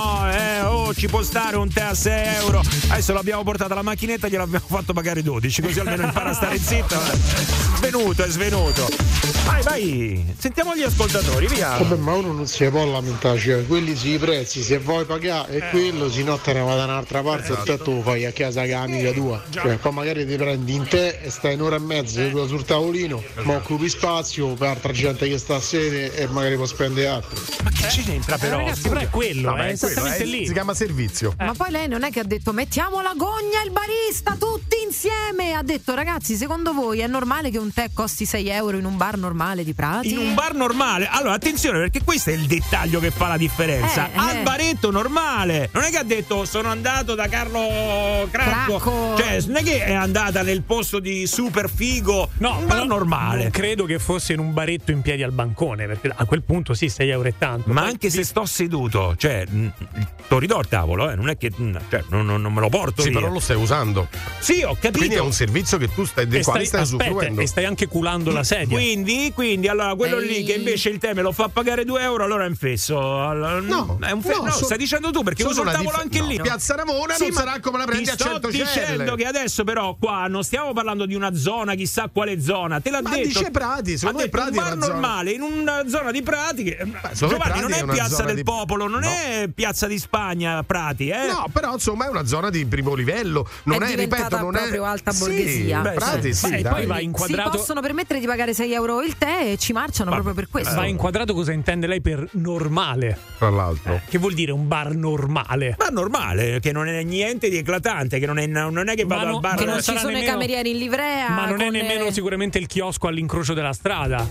ci può stare un tè a 6 euro. Adesso l'abbiamo portato alla macchinetta, gliel'abbiamo fatto pagare 12, così almeno impara a stare zitto. È svenuto. Vai, sentiamo gli ascoltatori, via. Vabbè, ma uno non si può lamentare, cioè, quelli sui prezzi, se vuoi pagare è quello, se no te ne va da un'altra parte, e te tu lo fai a casa con amica tua. Cioè, poi magari ti prendi in te e stai un'ora e mezza sul tavolino, ma occupi spazio per altra gente che sta a sede e magari può spendere altro. Ma che ci c'entra però? Ragazzi, però è quello, è esattamente lì. Si chiama servizio. Ma poi lei non è che ha detto mettiamo la gogna e il barista tutti insieme, ha detto ragazzi, secondo voi è normale che un tè costi 6 euro in un bar normale di Prati? In un bar normale? Allora attenzione, perché questo è il dettaglio che fa la differenza. Al baretto normale, non è che ha detto sono andato da Carlo Cracco, cioè non è che è andata nel posto di super figo, no, un bar normale. Non credo che fosse in un baretto in piedi al bancone, perché a quel punto sì, 6 euro è tanto. Ma anche se sto seduto, cioè ti ridò il tavolo, non è che cioè, non me lo porto via. Però lo stai usando. Sì, ho capito. Quindi è un servizio che tu stai usufruendo. E stai anche culando la sedia. Quindi allora quello lì che invece il tè me lo fa pagare 2 euro, allora è un fesso. No, stai dicendo tu, perché uso il tavolo anche lì. Piazza Ramona non sarà come la prendi a 100 celle. Sto dicendo che adesso però qua non stiamo parlando di una zona, chissà quale zona. Te l'ha detto. Dice Prati, secondo me Prati è un bar normale in una zona di Prati che Giovanni non è Piazza del Popolo, non è Piazza di Spagna Prati, No, però insomma è una zona di primo livello, non è ripeto, non è proprio alta borghesia. Prati e poi va inquadrato. Si possono permettere di pagare 6 euro il tè e ci marciano proprio per questo. Va inquadrato cosa intende lei per normale. Tra l'altro. Che vuol dire un bar normale? Bar normale, che non è niente di eclatante, che non è che vado al bar. Che non ci sono i camerieri in livrea. Ma non è nemmeno sicuramente il chiosco all'incrocio della strada.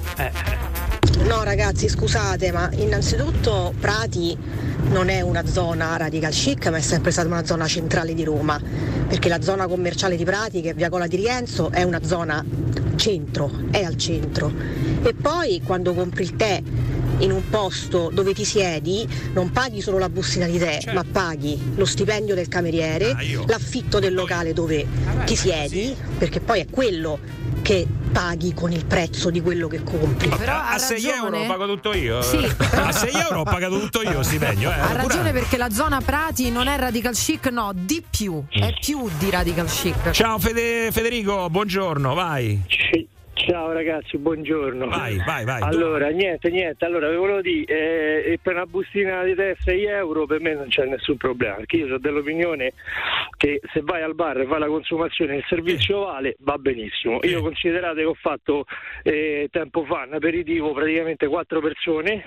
No ragazzi, scusate, ma innanzitutto Prati non è una zona radical chic, ma è sempre stata una zona centrale di Roma, perché la zona commerciale di Prati, che è Via Cola di Rienzo, è una zona centro, è al centro. E poi quando compri il tè in un posto dove ti siedi non paghi solo la bustina di tè, ma paghi lo stipendio del cameriere, l'affitto del locale dove ti siedi, perché poi è quello che paghi con il prezzo di quello che compri. Però a 6 euro pago tutto io. Sì. A 6 euro ho pagato tutto io stipendio. Ha ragione, perché la zona Prati non è radical chic, no, di più, è più di radical chic. Ciao Federico, buongiorno, vai. Ciao ragazzi, buongiorno. Vai. Allora, niente. Allora, vi volevo dire, per una bustina di tè 6 euro per me non c'è nessun problema, perché io sono dell'opinione che se vai al bar e fai la consumazione e il servizio vale, va benissimo. Io considerate che ho fatto tempo fa un aperitivo, praticamente 4 persone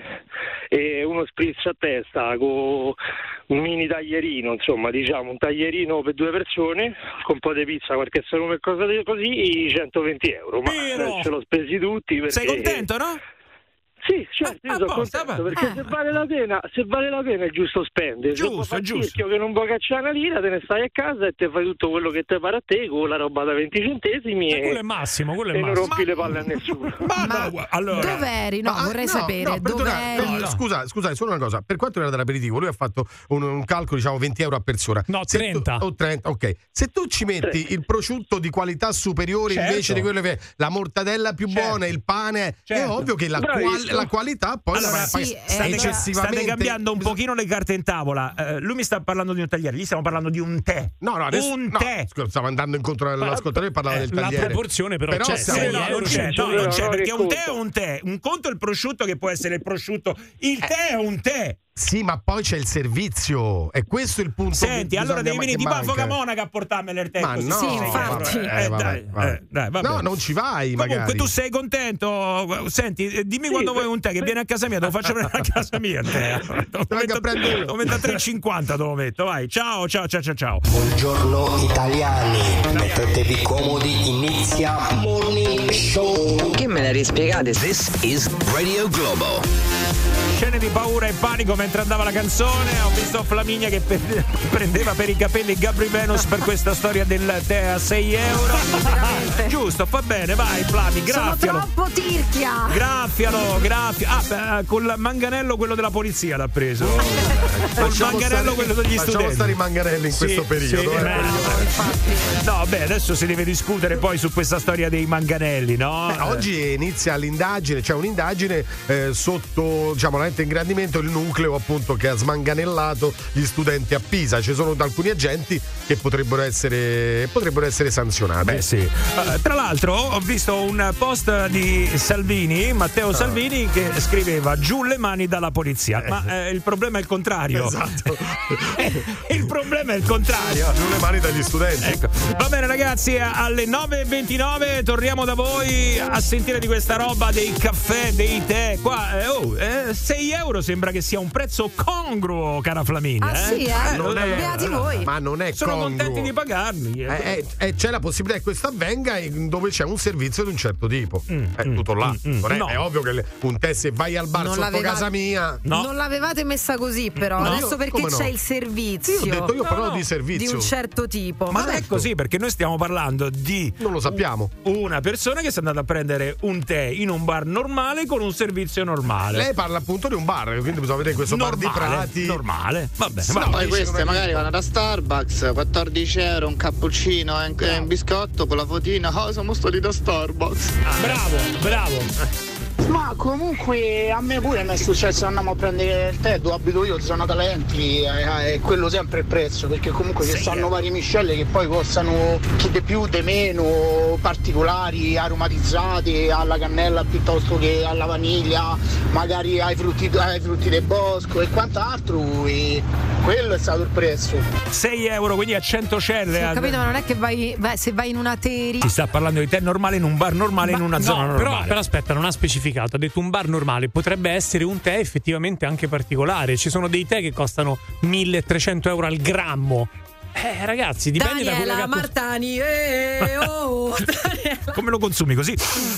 e uno spritz a testa con un mini taglierino, insomma, diciamo un taglierino per 2 persone con un po' di pizza, qualche salume e cose così, 120 euro. Ma ce l'ho spesi tutti perché... Sei contento, no? Sì, certo, io sono contento perché se vale la pena è giusto spendere. Giusto. Che non puoi cacciare una lira, te ne stai a casa e te fai tutto quello che te pare a te con la roba da 20 centesimi quello è massimo, non rompi le palle a nessuno. Allora, dov'eri? Vorrei sapere dov'eri. Scusa, solo una cosa. Per quanto riguarda l'aperitivo, lui ha fatto un calcolo, diciamo 20 euro a persona. No, 30. O 30, ok. Se tu ci metti il prosciutto di qualità superiore invece di quello che la mortadella più buona, il pane, è ovvio che la qualità poi state cambiando un pochino le carte in tavola. Lui mi sta parlando di un tagliere, gli stiamo parlando di un tè. Tè. Stavo andando incontro all'ascoltatore e parlava del tagliere. La proporzione però c'è. Non c'è, perché un tè è un tè. Un conto è il prosciutto, che può essere il prosciutto. Il tè è un tè. Sì, ma poi c'è il servizio, è questo il punto. Senti, allora devi venire tipo a Foga Monaca a portarmele il tempo. Ma no, sì, infatti. Dai, no, non ci vai. Comunque magari. tu sei contento? Senti, dimmi quando vuoi un tè che viene a casa mia, te lo faccio prendere a casa mia. Lo metto a 3,50, te lo metto. Vai, ciao. Buongiorno italiani, mettetevi comodi, inizia Morning Show. Che me la rispiegate? This is Radio Globo. Scene di paura e panico mentre andava la canzone. Ho visto Flaminia che prendeva per i capelli Gabri Venus per questa storia del tè a 6 euro. Giusto, fa bene, vai Flami, graffialo. Sono troppo tirchia. Graffialo. Col manganello quello della polizia l'ha preso. Col manganello quello degli studenti. Facciamo stare i manganelli in questo periodo. No, beh, adesso si deve discutere poi su questa storia dei manganelli, no? Oggi inizia l'indagine, c'è un'indagine sotto, diciamo, la lente ingrandimento, il nucleo appunto che ha smanganellato gli studenti a Pisa. Ci sono alcuni agenti che potrebbero essere sanzionati. Beh, sì. Tra l'altro ho visto un post di Salvini, Matteo Salvini, che scriveva giù le mani dalla polizia. Ma il problema è il contrario. Esatto. Il problema è il contrario. Giù le mani dagli studenti. Ecco. Va bene ragazzi, alle 9:29 torniamo da voi a sentire di questa roba dei caffè, dei tè. Qua 6 euro sembra che sia un prezzo congruo, cara Flaminia. Ah sì, beati voi. Ma non è Sono congruo. contenti di pagarli. C'è la possibilità che questo avvenga dove c'è un servizio di un certo tipo. È tutto là. È ovvio che un tè, se vai al bar sotto casa mia. Non l'avevate messa così, però. No. Adesso perché c'è il servizio. Io parlo di servizio di un certo tipo. Ma è così, perché noi stiamo parlando di. Non lo sappiamo. Una persona che si è andata a prendere un tè in un bar normale con un servizio normale. Lei parla appunto di un bar, quindi bisogna vedere questo bar di Prati. Normale, va bene. No, poi queste magari vanno da Starbucks, 14 euro, un cappuccino e un biscotto con la fotina. Oh, siamo stati da Starbucks. Bravo. Ma comunque a me pure mi è successo, andiamo a prendere il tè dove abito io, ci sono talenti, è quello sempre il prezzo, perché comunque ci stanno varie miscele che poi costano chi di più, di meno, particolari, aromatizzate alla cannella piuttosto che alla vaniglia, magari ai frutti del bosco e quant'altro, e quello è stato il prezzo. 6 euro, quindi a 100 celle. Sì, ho capito, ma non è che se vai in una teri. Si sta parlando di tè normale in un bar normale, in una zona normale. Però aspetta, non ha specificato. Ha detto un bar normale, potrebbe essere un tè effettivamente anche particolare. Ci sono dei tè che costano 1.300 euro al grammo. Ragazzi, dipende Daniela, da quello che Martani, Come lo consumi così?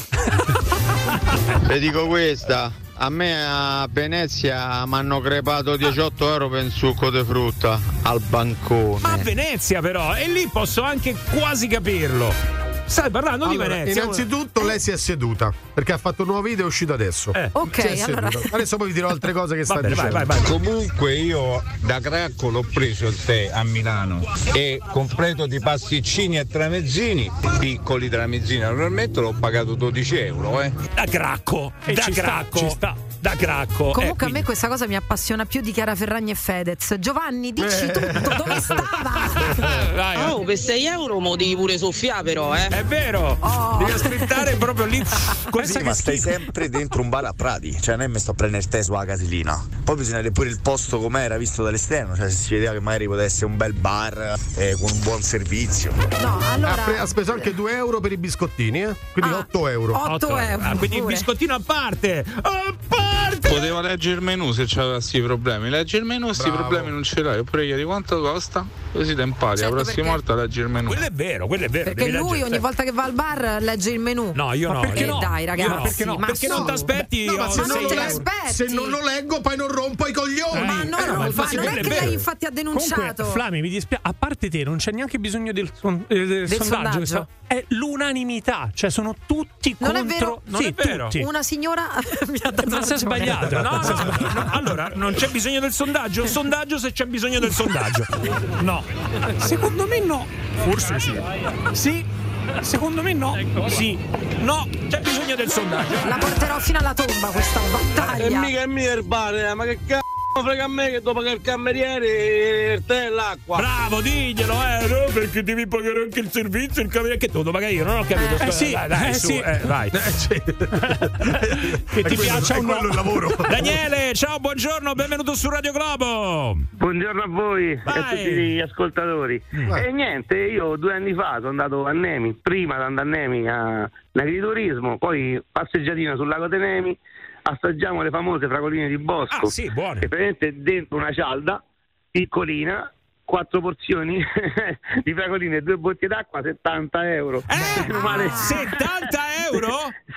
Vi dico questa, a me a Venezia mi hanno crepato 18 euro per un succo di frutta al bancone. Ma a Venezia però, e lì posso anche quasi capirlo. Stai parlando di Venezia. Innanzitutto lei si è seduta perché ha fatto un nuovo video, è uscito adesso. Ok, allora. Adesso poi vi dirò altre cose che sta dicendo. Vai. Comunque io da Cracco l'ho preso il tè a Milano e completo di pasticcini e tramezzini, piccoli tramezzini naturalmente, l'ho pagato 12 euro. Da Cracco. Ci sta. Da Cracco. Comunque a me questa cosa mi appassiona più di Chiara Ferragni e Fedez. Giovanni, dici tutto, dove stava? Per 6 euro mo devi pure soffiare però, È vero, devi aspettare proprio lì. Così, ma stai sempre dentro un bar a Prati, cioè non è mi sto a prendere il tè sulla casilina. Poi bisogna vedere pure il posto com'era visto dall'esterno, cioè se si vedeva che magari poteva essere un bel bar con un buon servizio. No, allora ha speso anche 2 euro per i biscottini, quindi 8 euro. 8 euro. Quindi il biscottino a parte. Poteva leggere il menù se c'aveva questi problemi. Leggi il menù, questi problemi non ce l'hai. Oppure chiedi quanto costa, così te impari. La prossima volta leggi il menù. Quello è vero. Perché lui ogni volta che va al bar legge il menù. No, io no. Perché no? Dai, ragazzi. No, perché no? Perché non ti aspetti? Ma non te l'aspetti. Se non lo leggo, poi non rompo i coglioni. Ma non è che lei infatti ha denunciato. Comunque, Flami, mi dispiace, a parte te non c'è neanche bisogno del sondaggio. È l'unanimità, cioè sono tutti non contro. È vero. Non è vero. Tutti. Una signora mi ha dato ma si è sbagliato. No. Allora, non c'è bisogno del sondaggio? Sondaggio se c'è bisogno del sondaggio. No. Secondo me no. Forse sì. Sì. Secondo me no. Sì. No, c'è bisogno del sondaggio. La porterò fino alla tomba questa battaglia. E mica è mia il bar, ma che cazzo frega a me che devo pagare il cameriere e il tè e l'acqua. Bravo, diglielo, no? Perché devi pagare anche il servizio, il cameriere che tu devo pagare io, non ho capito. Sì, dai, su, sì. Vai. Che ti piaccia un quello il lavoro. Daniele, ciao, buongiorno, benvenuto su Radio Globo. Buongiorno a voi e a tutti gli ascoltatori. E niente, io 2 anni fa sono andato a Nemi, prima di andare a Nemi a agriturismo, poi passeggiatina sul lago Tenemi, assaggiamo le famose fragoline di bosco. Ah, sì, buone. E praticamente dentro una cialda piccolina, 4 porzioni di fragoline e 2 bottiglie d'acqua, 70 euro. Meno male. 70 euro?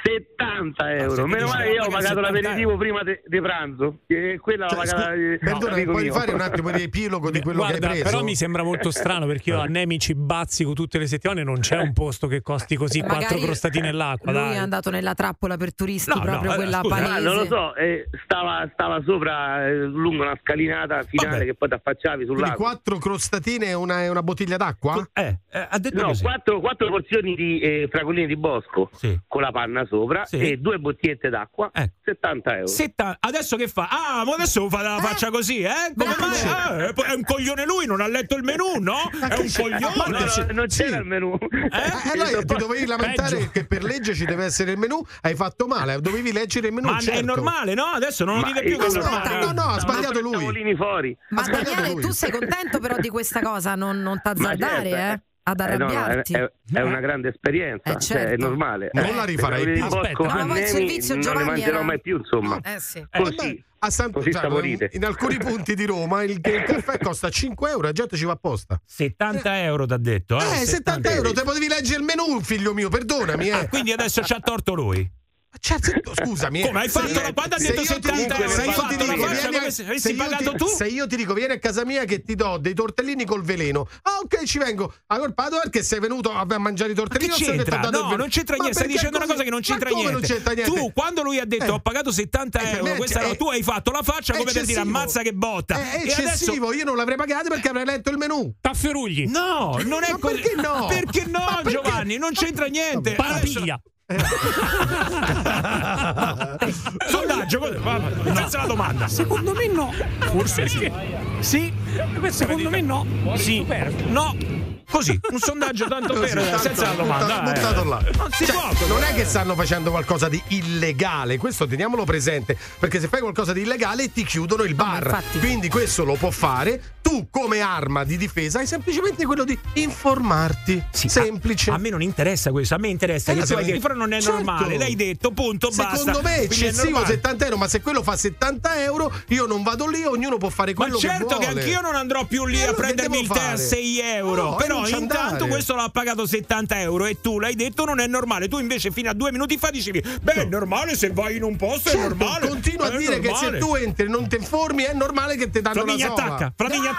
70 euro. Meno male che io ho pagato l'aperitivo prima di pranzo. E quella l'ho pagata. Perdona, puoi fare un attimo di riepilogo di quello che hai preso? Però mi sembra molto strano perché io a Nemi ci bazzico tutte le settimane, non c'è un posto che costi così 4 crostatine all'acqua. Lui dai. è andato nella trappola per turisti, proprio quella palese. Non lo so, stava sopra lungo una scalinata finale che poi ti affacciavi sul Quindi lago. 4 crostatine e una bottiglia d'acqua? Ha detto no, così. 4 porzioni di fragoline di bosco con la panna sopra e 2 bottigliette d'acqua, 70 euro. Adesso che fa? Ah, ma adesso fa la faccia così, Come mai? È un coglione lui, non ha letto il menù, no? È un coglione. No, non c'era il menù. Allora ti dovevi lamentare che per legge ci deve essere il menù, hai fatto male, dovevi leggere il menù. Ma è normale, no? Adesso non lo dite più che è normale. No, ha sbagliato lui. Fuori. Ma Daniele, tu sei contento però di questa cosa? Non t'azzardare, ad arrabbiarti. È una grande esperienza, certo. È normale. Non la rifarai più. Ma poi il servizio, non Giovanni, ne mangerò mai più, insomma. Sì. Così saporite. In alcuni punti di Roma il caffè costa 5 euro, la gente ci va apposta. 70 euro t'ha detto? 70 euro, te potevi leggere il menù, figlio mio, perdonami. Quindi adesso ci ha torto lui. Certo, scusami. Come hai fatto quando ha detto 70 euro? Hai fatto la faccia come se avessi pagato tu? Se io ti dico vieni a casa mia che ti do dei tortellini col veleno. Ah, ok, ci vengo. Allora perché sei venuto a mangiare i tortellini? Che c'entra? No, non c'entra niente. Stai dicendo una cosa che non c'entra niente. Tu quando lui ha detto ho pagato 70 euro, tu hai fatto la faccia come per dire ammazza che botta. È eccessivo, io non l'avrei pagato perché avrei letto il menù. Tafferugli. No, non è così. Perché no? Perché no, Giovanni? Non c'entra niente. Parapiglia. Sondaggio, senza la domanda. Secondo me no. Forse sì. Sì? Secondo me no. Sì. No. Così, un sondaggio tanto per senza la domanda. Buttato là. Non si può. Non è che stanno facendo qualcosa di illegale, questo teniamolo presente, perché se fai qualcosa di illegale ti chiudono il bar. Quindi questo lo può fare. Tu come arma di difesa hai semplicemente quello di informarti. Semplice. A me non interessa questo, a me interessa che tu hai detto non è normale, l'hai detto, punto, basta. Secondo me è eccessivo 70 euro, ma se quello fa 70 euro io non vado lì, ognuno può fare quello che vuole. Ma certo che anch'io non andrò più lì a prendermi il tè a 6 euro, però intanto questo l'ha pagato 70 euro e tu l'hai detto non è normale. Tu invece fino a 2 minuti fa dicevi è normale se vai in un posto, è normale. Continua a dire che se tu entri e non ti informi è normale che ti danno la sola. Flamiglia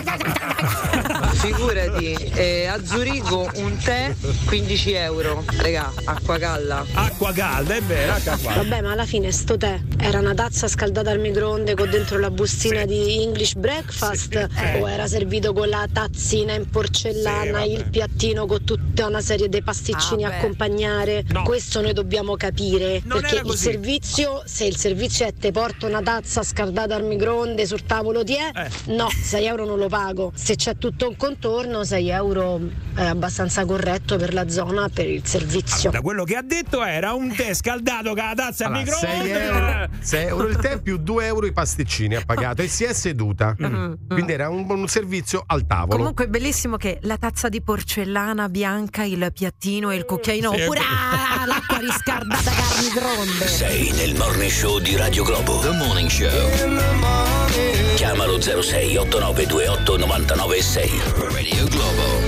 attacca. Figurati, a Zurigo un tè 15 euro, regà, acqua calda. Acqua calda, è vero, Vabbè, ma alla fine sto tè era una tazza scaldata al microonde con dentro la bustina di English breakfast o era servito con la tazzina in porcellana, il piattino con tutta una serie di pasticcini a accompagnare? No. Questo noi dobbiamo capire, non perché il servizio, se il servizio è te porto una tazza scaldata al microonde sul tavolo no, 6 euro non lo pago. Se c'è tutto un contorno, 6 euro è abbastanza corretto per la zona, per il servizio. Da quello che ha detto era un tè scaldato con la tazza al microonde. 6 euro il tè più 2 euro i pasticcini ha pagato e si è seduta. Quindi era un servizio al tavolo. Comunque è bellissimo che la tazza di porcellana bianca, il piattino e il cucchiaino, oppure l'acqua riscaldata al microonde. Sei nel Morning Show di Radio Globo. The Morning Show. Chiamalo 06 8928 996. Radio Globo.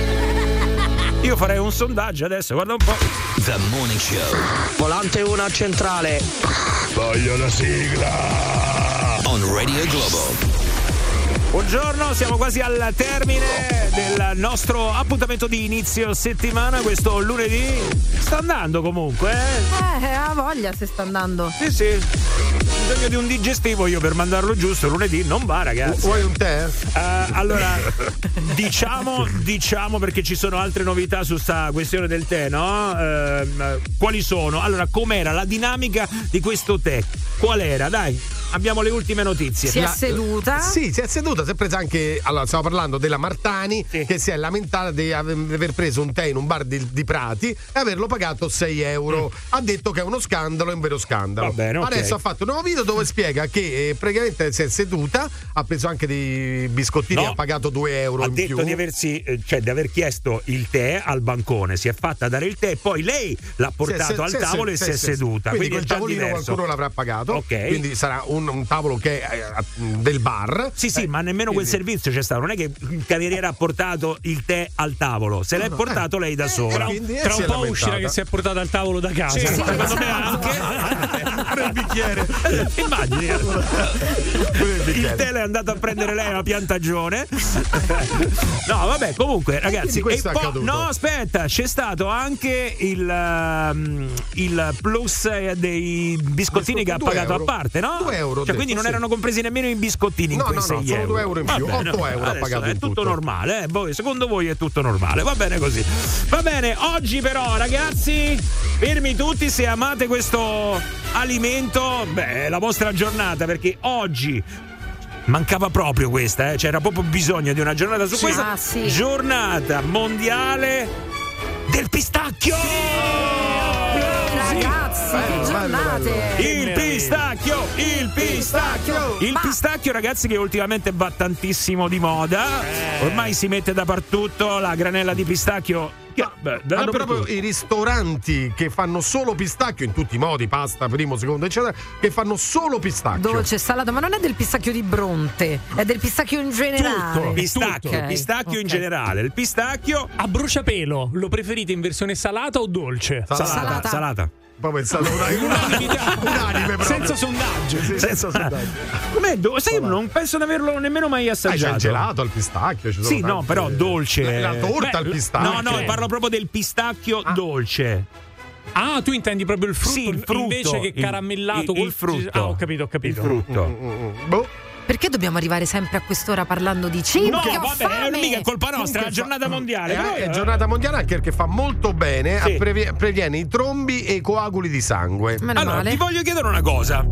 Io farei un sondaggio adesso, guarda un po'. The Morning Show. Volante 1 a centrale. Voglio la sigla. On Radio Globo. Buongiorno, siamo quasi al termine del nostro appuntamento di inizio settimana, questo lunedì. Sta andando comunque, ha voglia se sta andando. Sì. Ho bisogno di un digestivo io per mandarlo giusto, lunedì non va, ragazzi. Vuoi un tè? Allora, diciamo perché ci sono altre novità su sta questione del tè, no? Quali sono? Allora, com'era la dinamica di questo tè? Qual era? Dai, abbiamo le ultime notizie. Si è seduta? Sì, si è seduta, si è presa anche. Allora, stiamo parlando della Martani, che si è lamentata di aver preso un tè in un bar di Prati e averlo pagato 6 euro. Ha detto che è uno scandalo, è un vero scandalo. Va bene, okay. Adesso ha fatto un nuovo video dove spiega che praticamente si è seduta, ha preso anche dei biscottini, ha pagato 2 euro in più. Ha detto di aver chiesto il tè al bancone, si è fatta dare il tè, poi lei l'ha portato al tavolo e si è seduta. Quindi quel tavolino qualcuno l'avrà pagato. Ok. Quindi sarà un tavolo che è del bar. Sì, ma nemmeno quel servizio c'è stato. Non è che il cameriere ha portato il tè al tavolo, se l'è portato lei da sola. Tra un po' uscirà che si è portato al tavolo da casa. Sì, secondo me anche. Il bicchiere. Immagini. Il tè l'è andato a prendere lei alla piantagione. No, vabbè, comunque, ragazzi. No, aspetta, c'è stato anche il plus dei biscottini che ha pagato a parte, no? 2 euro. Cioè, quindi non erano compresi nemmeno i biscottini in quei 6 euro. Sono 2 euro in più, 8 euro ha pagato. È tutto normale, secondo voi è tutto normale, va bene così. Va bene, oggi però, ragazzi, fermi tutti se amate questo alimento, è la vostra giornata, perché oggi mancava proprio questa, c'era proprio bisogno di una giornata su questa giornata mondiale del pistacchio. Ragazzi, che giornate! Il pistacchio, ragazzi, che ultimamente va tantissimo di moda. Ormai si mette dappertutto la granella di pistacchio. Hanno proprio i ristoranti che fanno solo pistacchio in tutti i modi, pasta, primo, secondo, eccetera, che fanno solo pistacchio. Dolce, salato, ma non è del pistacchio di Bronte, è del pistacchio in generale. Pistacchio in generale. Il pistacchio a bruciapelo, lo preferite in versione salata o dolce? Salata. Poi pensate unanime proprio. Senza sondaggio. Com'è? Sai, io non penso di averlo nemmeno mai assaggiato. C'è il gelato al pistacchio. Sì, no, però dolce. La torta al pistacchio. No, parlo proprio del pistacchio dolce. Ah, tu intendi proprio il frutto, il frutto invece che caramellato il frutto. Ah, ho capito. Il frutto. Perché dobbiamo arrivare sempre a quest'ora parlando di cibo? No, vabbè, mica è colpa nostra, è la giornata mondiale. È giornata mondiale anche perché fa molto bene, previene i trombi e i coaguli di sangue. Allora, ti voglio chiedere una cosa.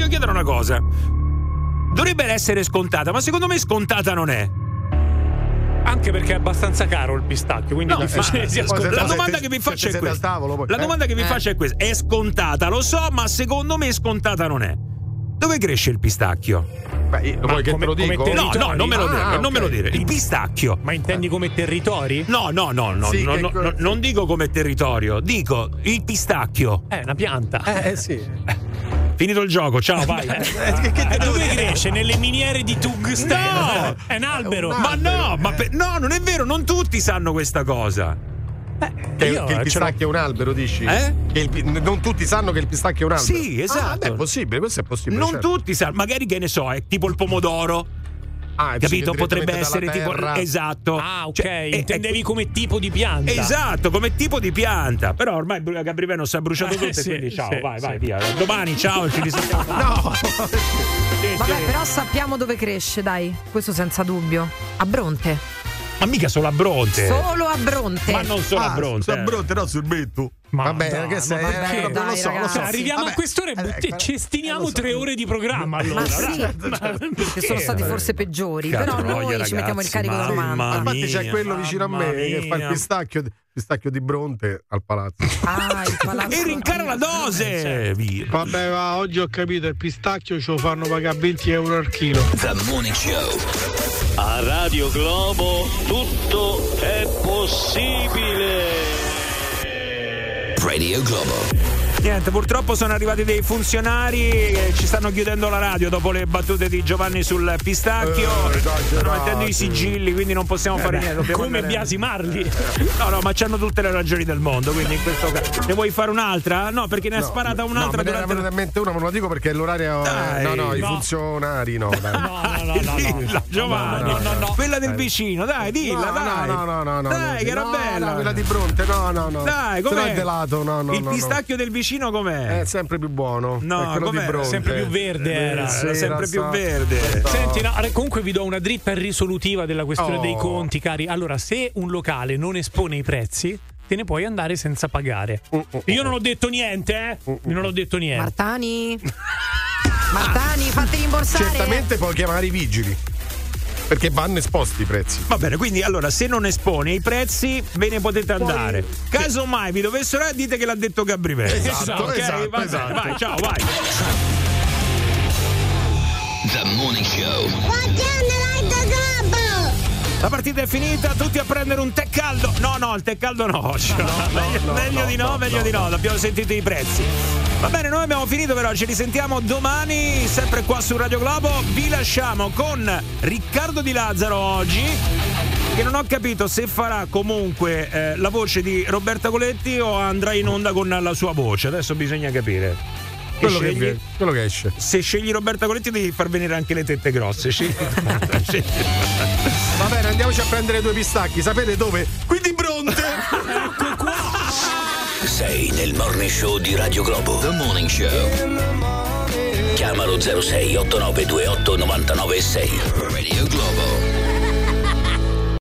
Dovrebbe essere scontata, ma secondo me scontata non è. Anche perché è abbastanza caro il pistacchio, quindi la domanda che vi faccio è questa. La domanda che vi faccio è questa. È scontata, lo so, ma secondo me scontata non è. Dove cresce il pistacchio? Vuoi che te lo dico? No, non me lo dire, non me lo dire. Il pistacchio. Ma intendi come territori? No, non dico come territorio, dico il pistacchio. È una pianta. Sì. Finito il gioco, ciao, vai. Dove cresce? Nelle miniere di tungsteno? No! È un albero. Ma no, non è vero, non tutti sanno questa cosa. Che il pistacchio è un albero, dici? Non tutti sanno che il pistacchio è un albero. Sì, esatto. È possibile, questo è possibile. Non tutti sanno, magari, che ne so, è tipo il pomodoro. Capito? Potrebbe essere tipo. Esatto. Ah, ok. Intendevi come tipo di pianta. Esatto, come tipo di pianta. Però ormai Gabriele si è bruciato tutto, quindi ciao, vai, via. Domani, ciao, ci risentiamo. No. Vabbè, però sappiamo dove cresce, dai. Questo senza dubbio. A Bronte. Ma mica solo a Bronte. Solo a Bronte. Ma non solo a Bronte. A Bronte, no, sul Betto. Vabbè, che sei? Non lo so. Arriviamo a quest'ora e ci stiniamo 3 ore di programma. Allora. Ma sì, perché sono stati forse peggiori. Però noi ci mettiamo il carico della mano. Infatti c'è quello vicino a me che fa il pistacchio di Bronte al palazzo. Il palazzo. E rincara la dose. Vabbè, oggi ho capito, il pistacchio ce lo fanno pagare 20 euro al chilo. The Morning Show. A Radio Globo tutto è possibile. Radio Globo. Niente, purtroppo sono arrivati dei funzionari che ci stanno chiudendo la radio dopo le battute di Giovanni sul pistacchio. Stanno mettendo i sigilli, quindi non possiamo fare niente. Come biasimarli? No, ma c'hanno tutte le ragioni del mondo, quindi in questo caso. Ne vuoi fare un'altra? No, perché ne ha sparata un'altra. No, me ne era venuta in mente una, ma non la dico perché è l'orario. I funzionari, no. Dai. Giovanni, no. Quella del vicino, dai, dilla, dai. No. Dai, che era bella. Quella di Bronte, no. Dai, com'è? Delato, no. Il pistacchio del vicino com'è? È sempre più buono. No, quello di Bronte. Sempre più verde era sempre più verde. Senti, comunque vi do una dritta risolutiva della questione dei conti, cari. Allora, se un locale non espone i prezzi, te ne puoi andare senza pagare. Io non ho detto niente, non ho detto niente. Martani, fatti rimborsare. Certamente puoi chiamare i vigili, perché vanno esposti i prezzi. Va bene, quindi allora se non espone i prezzi ve ne potete andare. Caso mai vi dovessero dite che l'ha detto Gabriele. Esatto. Vai, ciao, vai. The Morning Show. La partita è finita, tutti a prendere un tè caldo. No, il tè caldo no. Meglio di no, abbiamo sentito i prezzi. Va bene, noi abbiamo finito però, ci risentiamo domani, sempre qua su Radio Globo. Vi lasciamo con Riccardo Di Lazzaro oggi, che non ho capito se farà comunque la voce di Roberta Coletti o andrà in onda con la sua voce. Adesso bisogna capire. Quello che esce. Se scegli Roberta Coletti devi far venire anche le tette grosse. Va bene, andiamoci a prendere 2 pistacchi. Sapete dove? Qui di Bronte. Ecco qua. Sei nel Morning Show di Radio Globo. The Morning Show. Chiamalo 06 8928 996. Radio Globo.